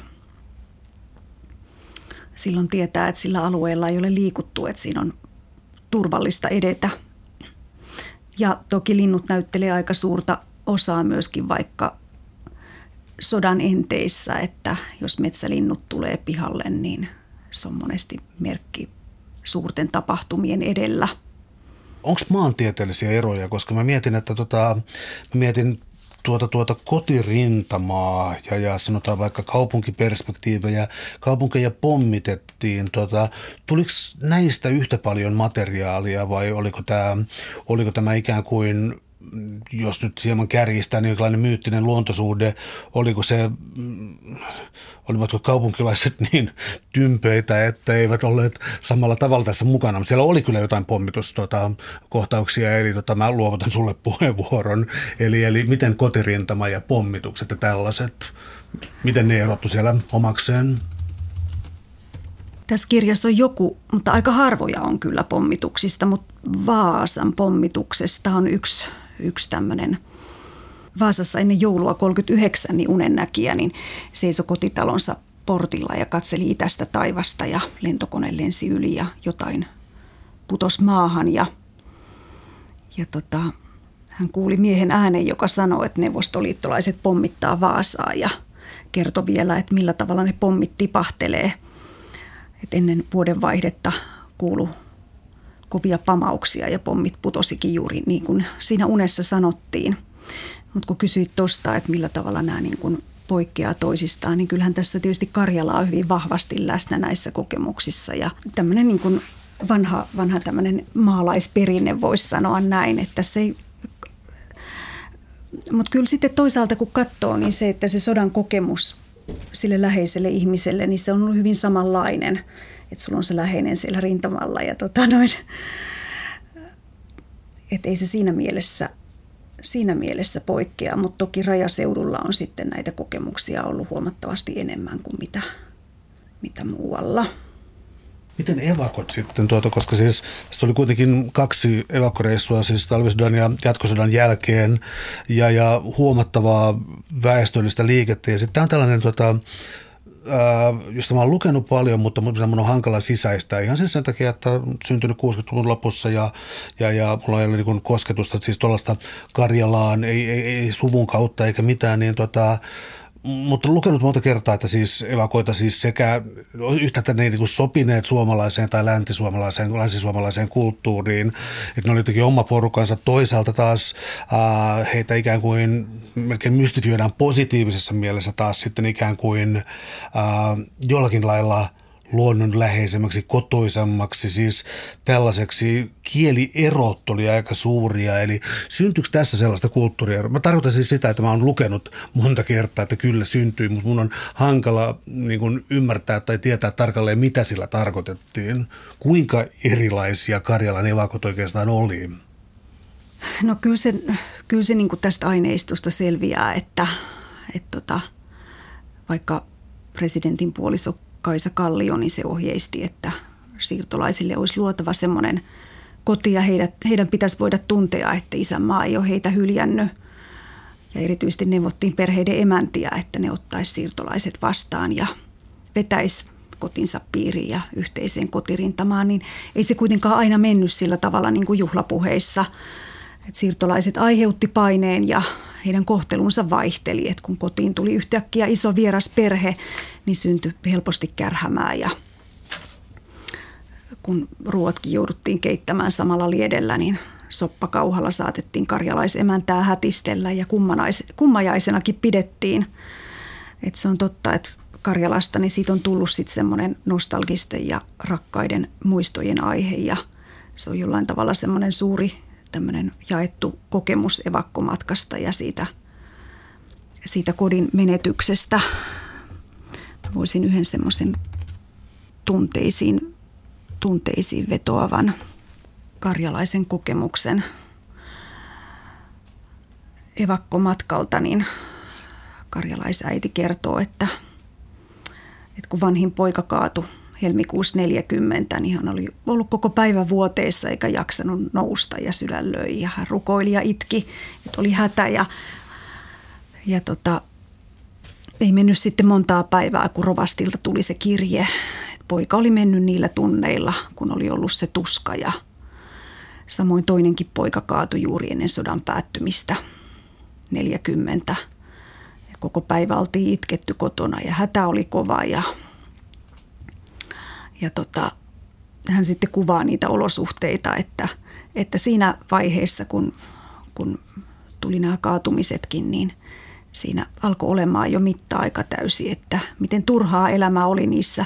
silloin tietää, että sillä alueella ei ole liikuttu, että siinä on turvallista edetä. Ja toki linnut näyttelee aika suurta osaa myöskin vaikka sodan enteissä, että jos metsälinnut tulee pihalle, niin se on monesti merkki suurten tapahtumien edellä. Onko maantieteellisiä eroja? Koska mä mietin, että tota, mä mietin tuota, tuota kotirintamaa ja, ja sanotaan vaikka kaupunkiperspektiivejä. Kaupunkeja pommitettiin. Tota, tuliko näistä yhtä paljon materiaalia vai oliko tämä, oliko tämä ikään kuin jos nyt hieman kärjistää, niin jonkinlainen myyttinen luontosuhde, oliko se, olivatko kaupunkilaiset niin tympeitä, että eivät olleet samalla tavalla tässä mukana. Siellä oli kyllä jotain pommituskohtauksia, tota, eli tota, mä luovutan sulle puheenvuoron. Eli, eli miten kotirintama ja pommitukset ja tällaiset, miten ne erottu siellä omakseen? Tässä kirjassa on joku, mutta aika harvoja on kyllä pommituksista, mutta Vaasan pommituksesta on yksi, yksi tämmöinen. Vaasassa ennen joulua kolmekymmentäyhdeksän niin unennäkijä niin seisoi kotitalonsa portilla ja katseli itästä taivasta ja lentokone lensi yli ja jotain putosi maahan. Ja, ja tota, hän kuuli miehen äänen, joka sanoi, että neuvostoliittolaiset pommittaa Vaasaa ja kertoi vielä, että millä tavalla ne pommit tipahtelee. Et ennen vuodenvaihdetta kuului kovia pamauksia ja pommit putosikin juuri niin kuin siinä unessa sanottiin. Mutta kun kysyit tuosta, että millä tavalla nämä niin kuin poikkeaa toisistaan, niin kyllähän tässä tietysti Karjala on hyvin vahvasti läsnä näissä kokemuksissa. Ja tämmöinen niin kuin vanha, vanha tämmöinen maalaisperinne voisi sanoa näin, että se ei... Mutta kyllä sitten toisaalta kun katsoo, niin se, että se sodan kokemus sille läheiselle ihmiselle, niin se on ollut hyvin samanlainen, että sulla on se läheinen siellä rintamalla ja tota noin, että ei se siinä mielessä, siinä mielessä poikkea, mutta toki rajaseudulla on sitten näitä kokemuksia ollut huomattavasti enemmän kuin mitä, mitä muualla. Miten evakot sitten, tuota, koska siis tästä oli kuitenkin kaksi evakkoreissua, siis talvisodan ja jatkosodan jälkeen ja, ja huomattavaa väestöllistä liikettä. Ja sitten tämä on tällainen, tuota, ää, josta mä oon lukenut paljon, mutta mun on hankala sisäistää ihan siis sen takia, että syntynyt kuusikymmentäluvun lopussa ja, ja, ja mulla ei ole niin kosketusta siis tuollaista Karjalaan, ei, ei, ei suvun kautta eikä mitään, niin tota... Mutta lukenut monta kertaa, että siis evakoita siis sekä yhtäältä ne ei niin kuin sopineet suomalaiseen tai läntisuomalaiseen, länsisuomalaiseen kulttuuriin, että ne oli jotenkin oma porukansa. Toisaalta taas äh, heitä ikään kuin melkein mystifioidaan positiivisessa mielessä taas sitten ikään kuin äh, jollakin lailla luonnonläheisemmäksi, kotoisemmaksi, siis tällaiseksi kielierot oli aika suuria, eli syntyykö tässä sellaista kulttuuria? Mä tarkoitan siis sitä, että mä oon lukenut monta kertaa, että kyllä syntyi, mutta mun on hankala niin kuin ymmärtää tai tietää tarkalleen, mitä sillä tarkoitettiin. Kuinka erilaisia Karjalan evakot oikeastaan oli? No kyllä se, kyllä se niin kuin tästä aineistosta selviää, että, että tota, vaikka presidentin puoliso Kaisa Kallio, niin se ohjeisti, että siirtolaisille olisi luotava semmoinen koti ja heidät, heidän pitäisi voida tuntea, että isänmaa ei ole heitä hyljännyt. Ja erityisesti neuvottiin perheiden emäntiä, että ne ottaisi siirtolaiset vastaan ja vetäisi kotinsa piiriin ja yhteiseen kotirintamaan. Niin ei se kuitenkaan aina mennyt sillä tavalla niin kuin juhlapuheissa. Että siirtolaiset aiheutti paineen ja heidän kohtelunsa vaihteli, että kun kotiin tuli yhtäkkiä iso vieras perhe, niin syntyi helposti kärhämää ja kun ruoatkin jouduttiin keittämään samalla liedellä, niin soppakauhalla saatettiin karjalaisemäntää hätistellä ja kummajaisenakin pidettiin. Että se on totta, että Karjalasta niin siitä on tullut sitten semmoinen nostalgisten ja rakkaiden muistojen aihe ja se on jollain tavalla semmoinen suuri tämmöinen jaettu kokemus evakkomatkasta ja siitä, siitä kodin menetyksestä. Voisin yhden semmoisen tunteisiin, tunteisiin vetoavan karjalaisen kokemuksen evakkomatkalta, niin karjalaisäiti kertoo, että, että kun vanhin poika kaatui helmikuussa neljäkymmentä, niin hän oli ollut koko päivän vuoteessa eikä jaksanut nousta ja sydän löi ja hän rukoili ja itki, että oli hätä ja, ja tota, ei mennyt sitten montaa päivää, kun rovastilta tuli se kirje, että poika oli mennyt niillä tunneilla, kun oli ollut se tuska ja samoin toinenkin poika kaatui juuri ennen sodan päättymistä neljäkymmentä. Ja koko päivä oltiin itketty kotona ja hätä oli kova ja Ja tota, hän sitten kuvaa niitä olosuhteita, että, että siinä vaiheessa, kun, kun tuli nämä kaatumisetkin, niin siinä alkoi olemaan jo mitta-aika täysi, että miten turhaa elämä oli niissä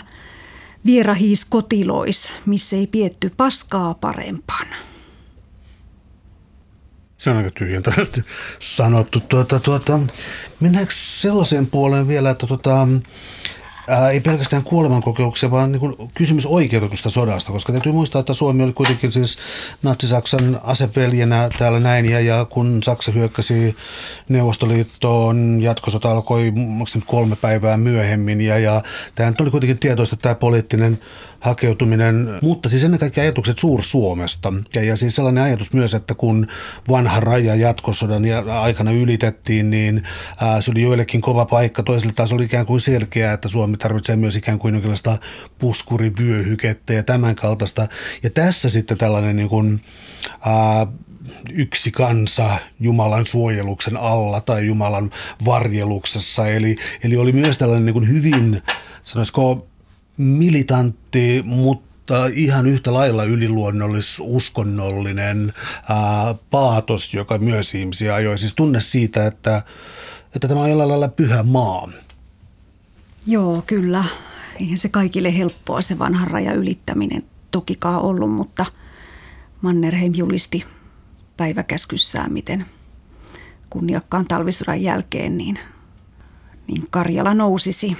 vierahiiskotiloissa, missä ei pietty paskaa parempana. Se on aika tyhjentävästi sanottu. Tuota, tuota, mennäänkö sellaiseen puoleen vielä, että tuota, ää, ei pelkästään kuolemankokeuksia, vaan niin kuin kysymys oikeutetusta sodasta, koska täytyy muistaa, että Suomi oli kuitenkin siis Natsi-Saksan aseveljenä täällä näin, ja, ja kun Saksa hyökkäsi Neuvostoliittoon, jatkosota alkoi kolme päivää myöhemmin, ja, ja tämä oli kuitenkin tietoista, että tämä poliittinen hakeutuminen, mutta siis ennen kaikkea ajatukset Suur-Suomesta. Ja, ja siis sellainen ajatus myös, että kun vanha raja jatkosodan aikana ylitettiin, niin ää, se oli joillekin kova paikka. Toiselle taas oli ikään kuin selkeää, että Suomi tarvitsee myös ikään kuin jonkinlaista puskurivyöhykettä ja tämän kaltaista. Ja tässä sitten tällainen niin kuin, ää, yksi kansa Jumalan suojeluksen alla tai Jumalan varjeluksessa. Eli, eli oli myös tällainen niin kuin hyvin, sanoisiko, militantti, mutta ihan yhtä lailla yliluonnollis, uskonnollinen ää, paatos, joka myös ihmisiä ajoi. Siis tunne siitä, että, että tämä on jollain lailla pyhä maa. Joo, kyllä. Eihän se kaikille helppoa se vanhan raja ylittäminen tokikaan ollut, mutta Mannerheim julisti päiväkäskyssään, miten kunniakkaan talvisodan jälkeen niin, niin Karjala nousisi.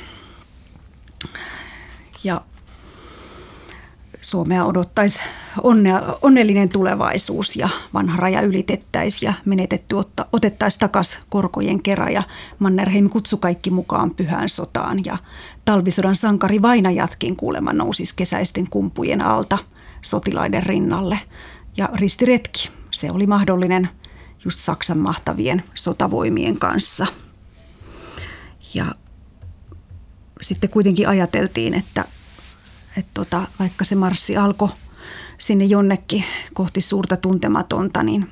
Ja Suomea odottaisi onnea, onnellinen tulevaisuus ja vanha raja ylitettäisiin ja menetetty otta, otettaisiin takaisin korkojen kera. Ja Mannerheim kutsui kaikki mukaan pyhään sotaan ja talvisodan sankari vainajatkin kuulemma nousisi kesäisten kumpujen alta sotilaiden rinnalle. Ja ristiretki, se oli mahdollinen just Saksan mahtavien sotavoimien kanssa. Ja sitten kuitenkin ajateltiin, että, että tota, vaikka se marssi alkoi sinne jonnekin kohti suurta tuntematonta, niin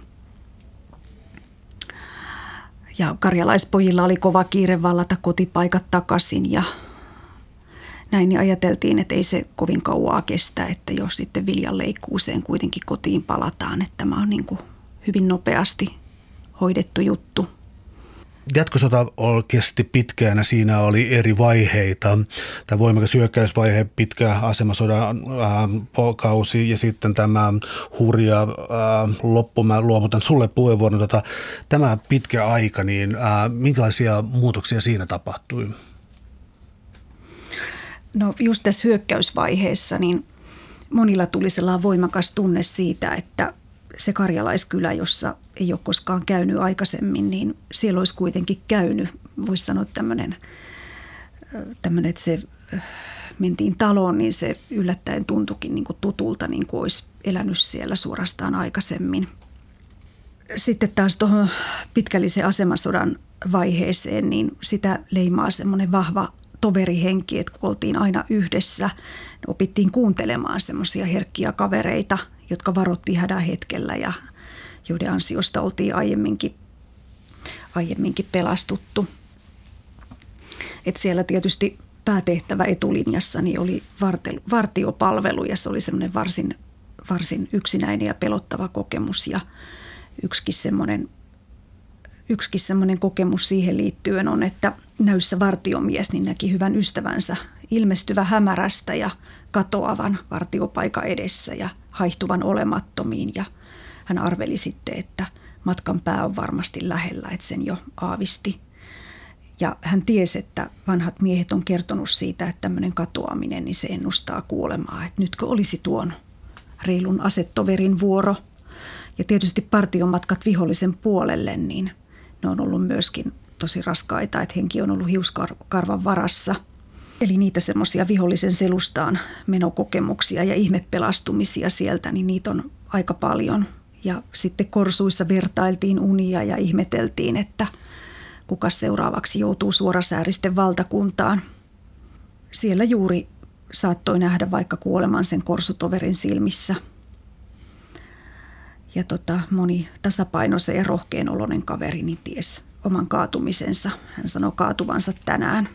ja karjalaispojilla oli kova kiire vallata kotipaikat takaisin ja näin, niin ajateltiin, että ei se kovin kauaa kestä, että jos sitten viljanleikkuuseen kuitenkin kotiin palataan, että tämä on niin kuin hyvin nopeasti hoidettu juttu. Jatkosota kesti pitkään ja siinä oli eri vaiheita. Tämä voimakas hyökkäysvaihe, pitkä asemasodan äh, kausi ja sitten tämä hurja äh, loppu. Mä luovutan sulle puheenvuoron. Tota, tämä pitkä aika, niin äh, minkälaisia muutoksia siinä tapahtui? No just tässä hyökkäysvaiheessa niin monilla tuli sellainen voimakas tunne siitä, että se karjalaiskylä, jossa ei ole koskaan käynyt aikaisemmin, niin siellä olisi kuitenkin käynyt. Voisi sanoa tämmöinen, tämmöinen että se mentiin taloon, niin se yllättäen tuntuikin niin kuin tutulta, niin kuin olisi elänyt siellä suorastaan aikaisemmin. Sitten taas tuohon pitkällisen asemasodan vaiheeseen, niin sitä leimaa semmoinen vahva toverihenki, että kun oltiin aina yhdessä, opittiin kuuntelemaan semmoisia herkkiä kavereita, jotka varoittiin hädän hetkellä ja joiden ansiosta oltiin aiemminkin, aiemminkin pelastuttu. Et siellä tietysti päätehtävä etulinjassa niin oli vartiopalvelu ja se oli semmoinen varsin, varsin yksinäinen ja pelottava kokemus. Ja yksikin semmoinen, yksikin semmoinen kokemus siihen liittyen on, että näyssä vartiomies niin näki hyvän ystävänsä ilmestyvä hämärästä ja katoavan vartiopaikan edessä ja haihtuvan olemattomiin. Ja hän arveli sitten, että matkan pää on varmasti lähellä, että sen jo aavisti. Ja hän tiesi, että vanhat miehet on kertonut siitä, että tämmöinen katoaminen, niin se ennustaa kuolemaa. Että nytkö olisi tuon reilun asetoverin vuoro. Ja tietysti partiomatkat vihollisen puolelle, niin ne on ollut myöskin tosi raskaita, että henki on ollut hiuskarvan varassa. Eli niitä semmoisia vihollisen selustaan menokokemuksia ja ihmepelastumisia sieltä, niin niitä on aika paljon. Ja sitten korsuissa vertailtiin unia ja ihmeteltiin, että kuka seuraavaksi joutuu suorasääristen valtakuntaan. Siellä juuri saattoi nähdä vaikka kuoleman sen korsutoverin silmissä. Ja tota, moni tasapainoisen ja rohkean oloinen kaveri niin ties oman kaatumisensa. Hän sanoi kaatuvansa tänään.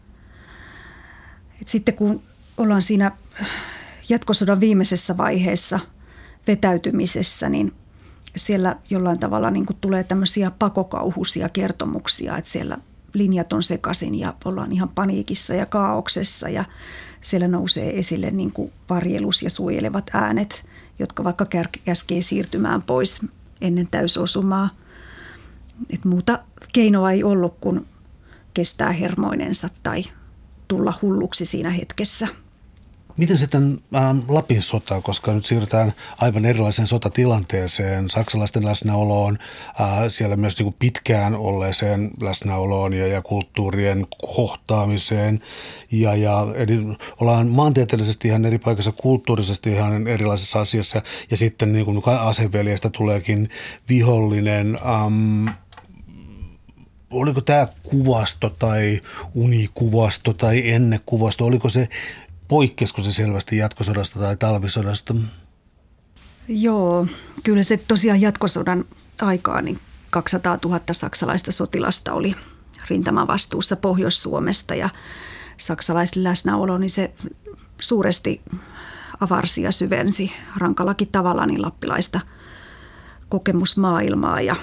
Et sitten kun ollaan siinä jatkosodan viimeisessä vaiheessa vetäytymisessä, niin siellä jollain tavalla niin kuin tulee tämmöisiä pakokauhuisia kertomuksia, että siellä linjat on sekaisin ja ollaan ihan paniikissa ja kaauksessa ja siellä nousee esille niin kuin varjelus ja suojelevat äänet, jotka vaikka käskee siirtymään pois ennen täysosumaa. Et muuta keinoa ei ollut kuin kestää hermoinensa tai tulla hulluksi siinä hetkessä. Miten sitten ähm, Lapin sota, koska nyt siirrytään aivan erilaiseen sotatilanteeseen, saksalaisten läsnäoloon, äh, siellä myös niin kuin pitkään olleeseen läsnäoloon ja, ja kulttuurien kohtaamiseen. Ja, ja eli ollaan maantieteellisesti ihan eri paikassa, kulttuurisesti ihan erilaisessa asiassa ja sitten niin kuin aseveljestä tuleekin vihollinen. Ähm, oliko tämä kuvasto tai unikuvasto tai ennekuvasto, oliko se poikkesko se selvästi jatkosodasta tai talvisodasta? Joo, kyllä se tosiaan jatkosodan aikaa niin kaksisataatuhatta saksalaista sotilasta oli rintamavastuussa Pohjois-Suomesta ja saksalaisten läsnäolo, niin se suuresti avarsi ja syvensi rankallakin tavalla niin lappilaista kokemusmaailmaa ja,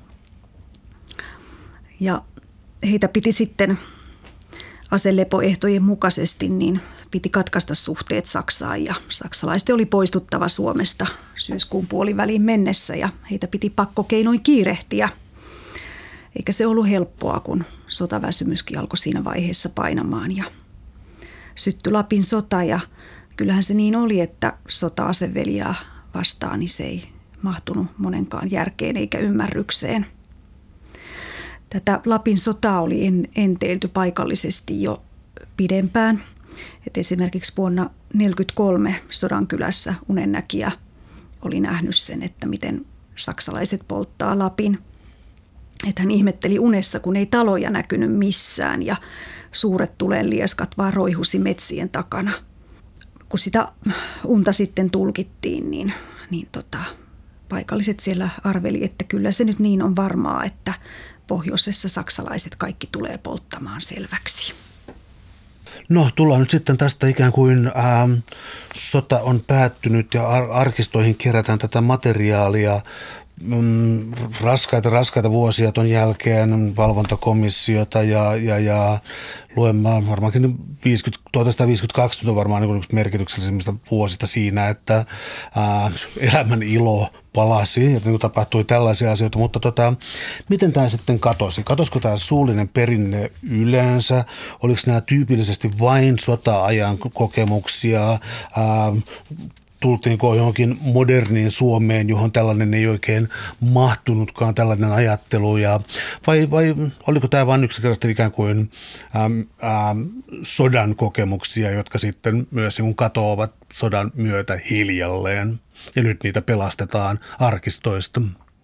ja heitä piti sitten aselepoehtojen mukaisesti niin piti katkaista suhteet Saksaan ja saksalaisten oli poistuttava Suomesta syyskuun puoliväliin mennessä ja heitä piti pakkokeinoin kiirehtiä. Eikä se ollut helppoa, kun sotaväsymyskin alkoi siinä vaiheessa painamaan ja syttyi Lapin sota ja kyllähän se niin oli, että sota-aseveljaa vastaan niin se ei mahtunut monenkaan järkeen eikä ymmärrykseen. Tätä Lapin sotaa oli enteilty paikallisesti jo pidempään. Et esimerkiksi vuonna tuhatyhdeksänsataaneljäkymmentäkolme Sodankylässä unennäkijä oli nähnyt sen, että miten saksalaiset polttaa Lapin. Että hän ihmetteli unessa, kun ei taloja näkynyt missään ja suuret tulenlieskat vaan roihusi metsien takana. Kun sitä unta sitten tulkittiin, niin, niin tota, paikalliset siellä arveli, että kyllä se nyt niin on varmaa, että pohjoisessa saksalaiset kaikki tulee polttamaan selväksi. No, tullaan nyt sitten tästä ikään kuin ää, sota on päättynyt ja ar- arkistoihin kerätään tätä materiaalia. Mm, raskaita, raskaita vuosia ton jälkeen valvontakomissiota ja, ja, ja luemaan varmaankin tuhatyhdeksänsataaviisikymmentäkaksi on varmaan niin yksi merkityksellisimmistä vuosista siinä, että ää, elämän ilo palasi ja niin tapahtui tällaisia asioita, mutta tota, miten tämä sitten katosi? Katosiko tämä suullinen perinne yleensä? Oliko nämä tyypillisesti vain sota-ajan kokemuksia? Ää, Tultiinko johonkin moderniin Suomeen, johon tällainen ei oikein mahtunutkaan, tällainen ajattelu, ja, vai, vai oliko tämä vain yksinkertaisesti ikään kuin äm, äm, sodan kokemuksia, jotka sitten myös niin kuin katoavat sodan myötä hiljalleen, ja nyt niitä pelastetaan arkistoista?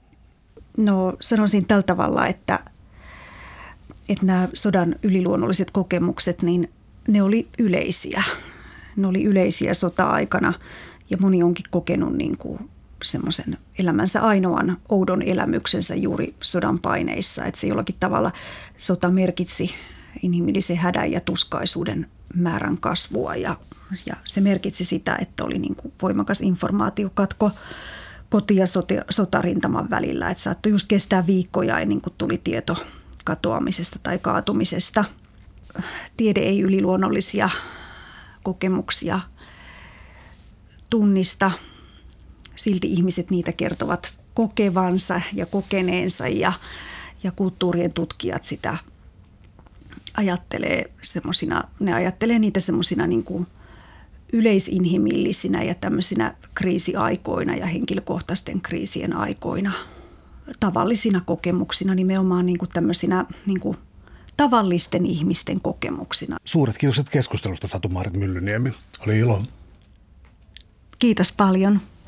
No sanoisin tällä tavalla, että, että nämä sodan yliluonnolliset kokemukset, niin ne oli yleisiä. Ne oli yleisiä sota-aikana. Ja moni onkin kokenut niin kuin semmoisen elämänsä ainoan oudon elämyksensä juuri sodan paineissa. Että se jollakin tavalla sota merkitsi inhimillisen hädän ja tuskaisuuden määrän kasvua. Ja, ja se merkitsi sitä, että oli niin kuin voimakas informaatiokatko koti- ja sotarintaman välillä. Että saattoi just kestää viikkoja ennen kuin tuli tieto katoamisesta tai kaatumisesta. Tiede ei yliluonnollisia kokemuksia tunnista. Silti ihmiset niitä kertovat kokevansa ja kokeneensa ja, ja kulttuurien tutkijat sitä ajattelee semmosina, ne ajattelee niitä semmoisina niin kuin yleisinhimillisinä ja tämmöisinä kriisiaikoina ja henkilökohtaisten kriisien aikoina. Tavallisina kokemuksina, nimenomaan niin kuin tämmöisinä niin kuin tavallisten ihmisten kokemuksina. Suuret kiitokset keskustelusta, Satu-Maarit Myllyniemi. Oli ilo. Kiitos paljon.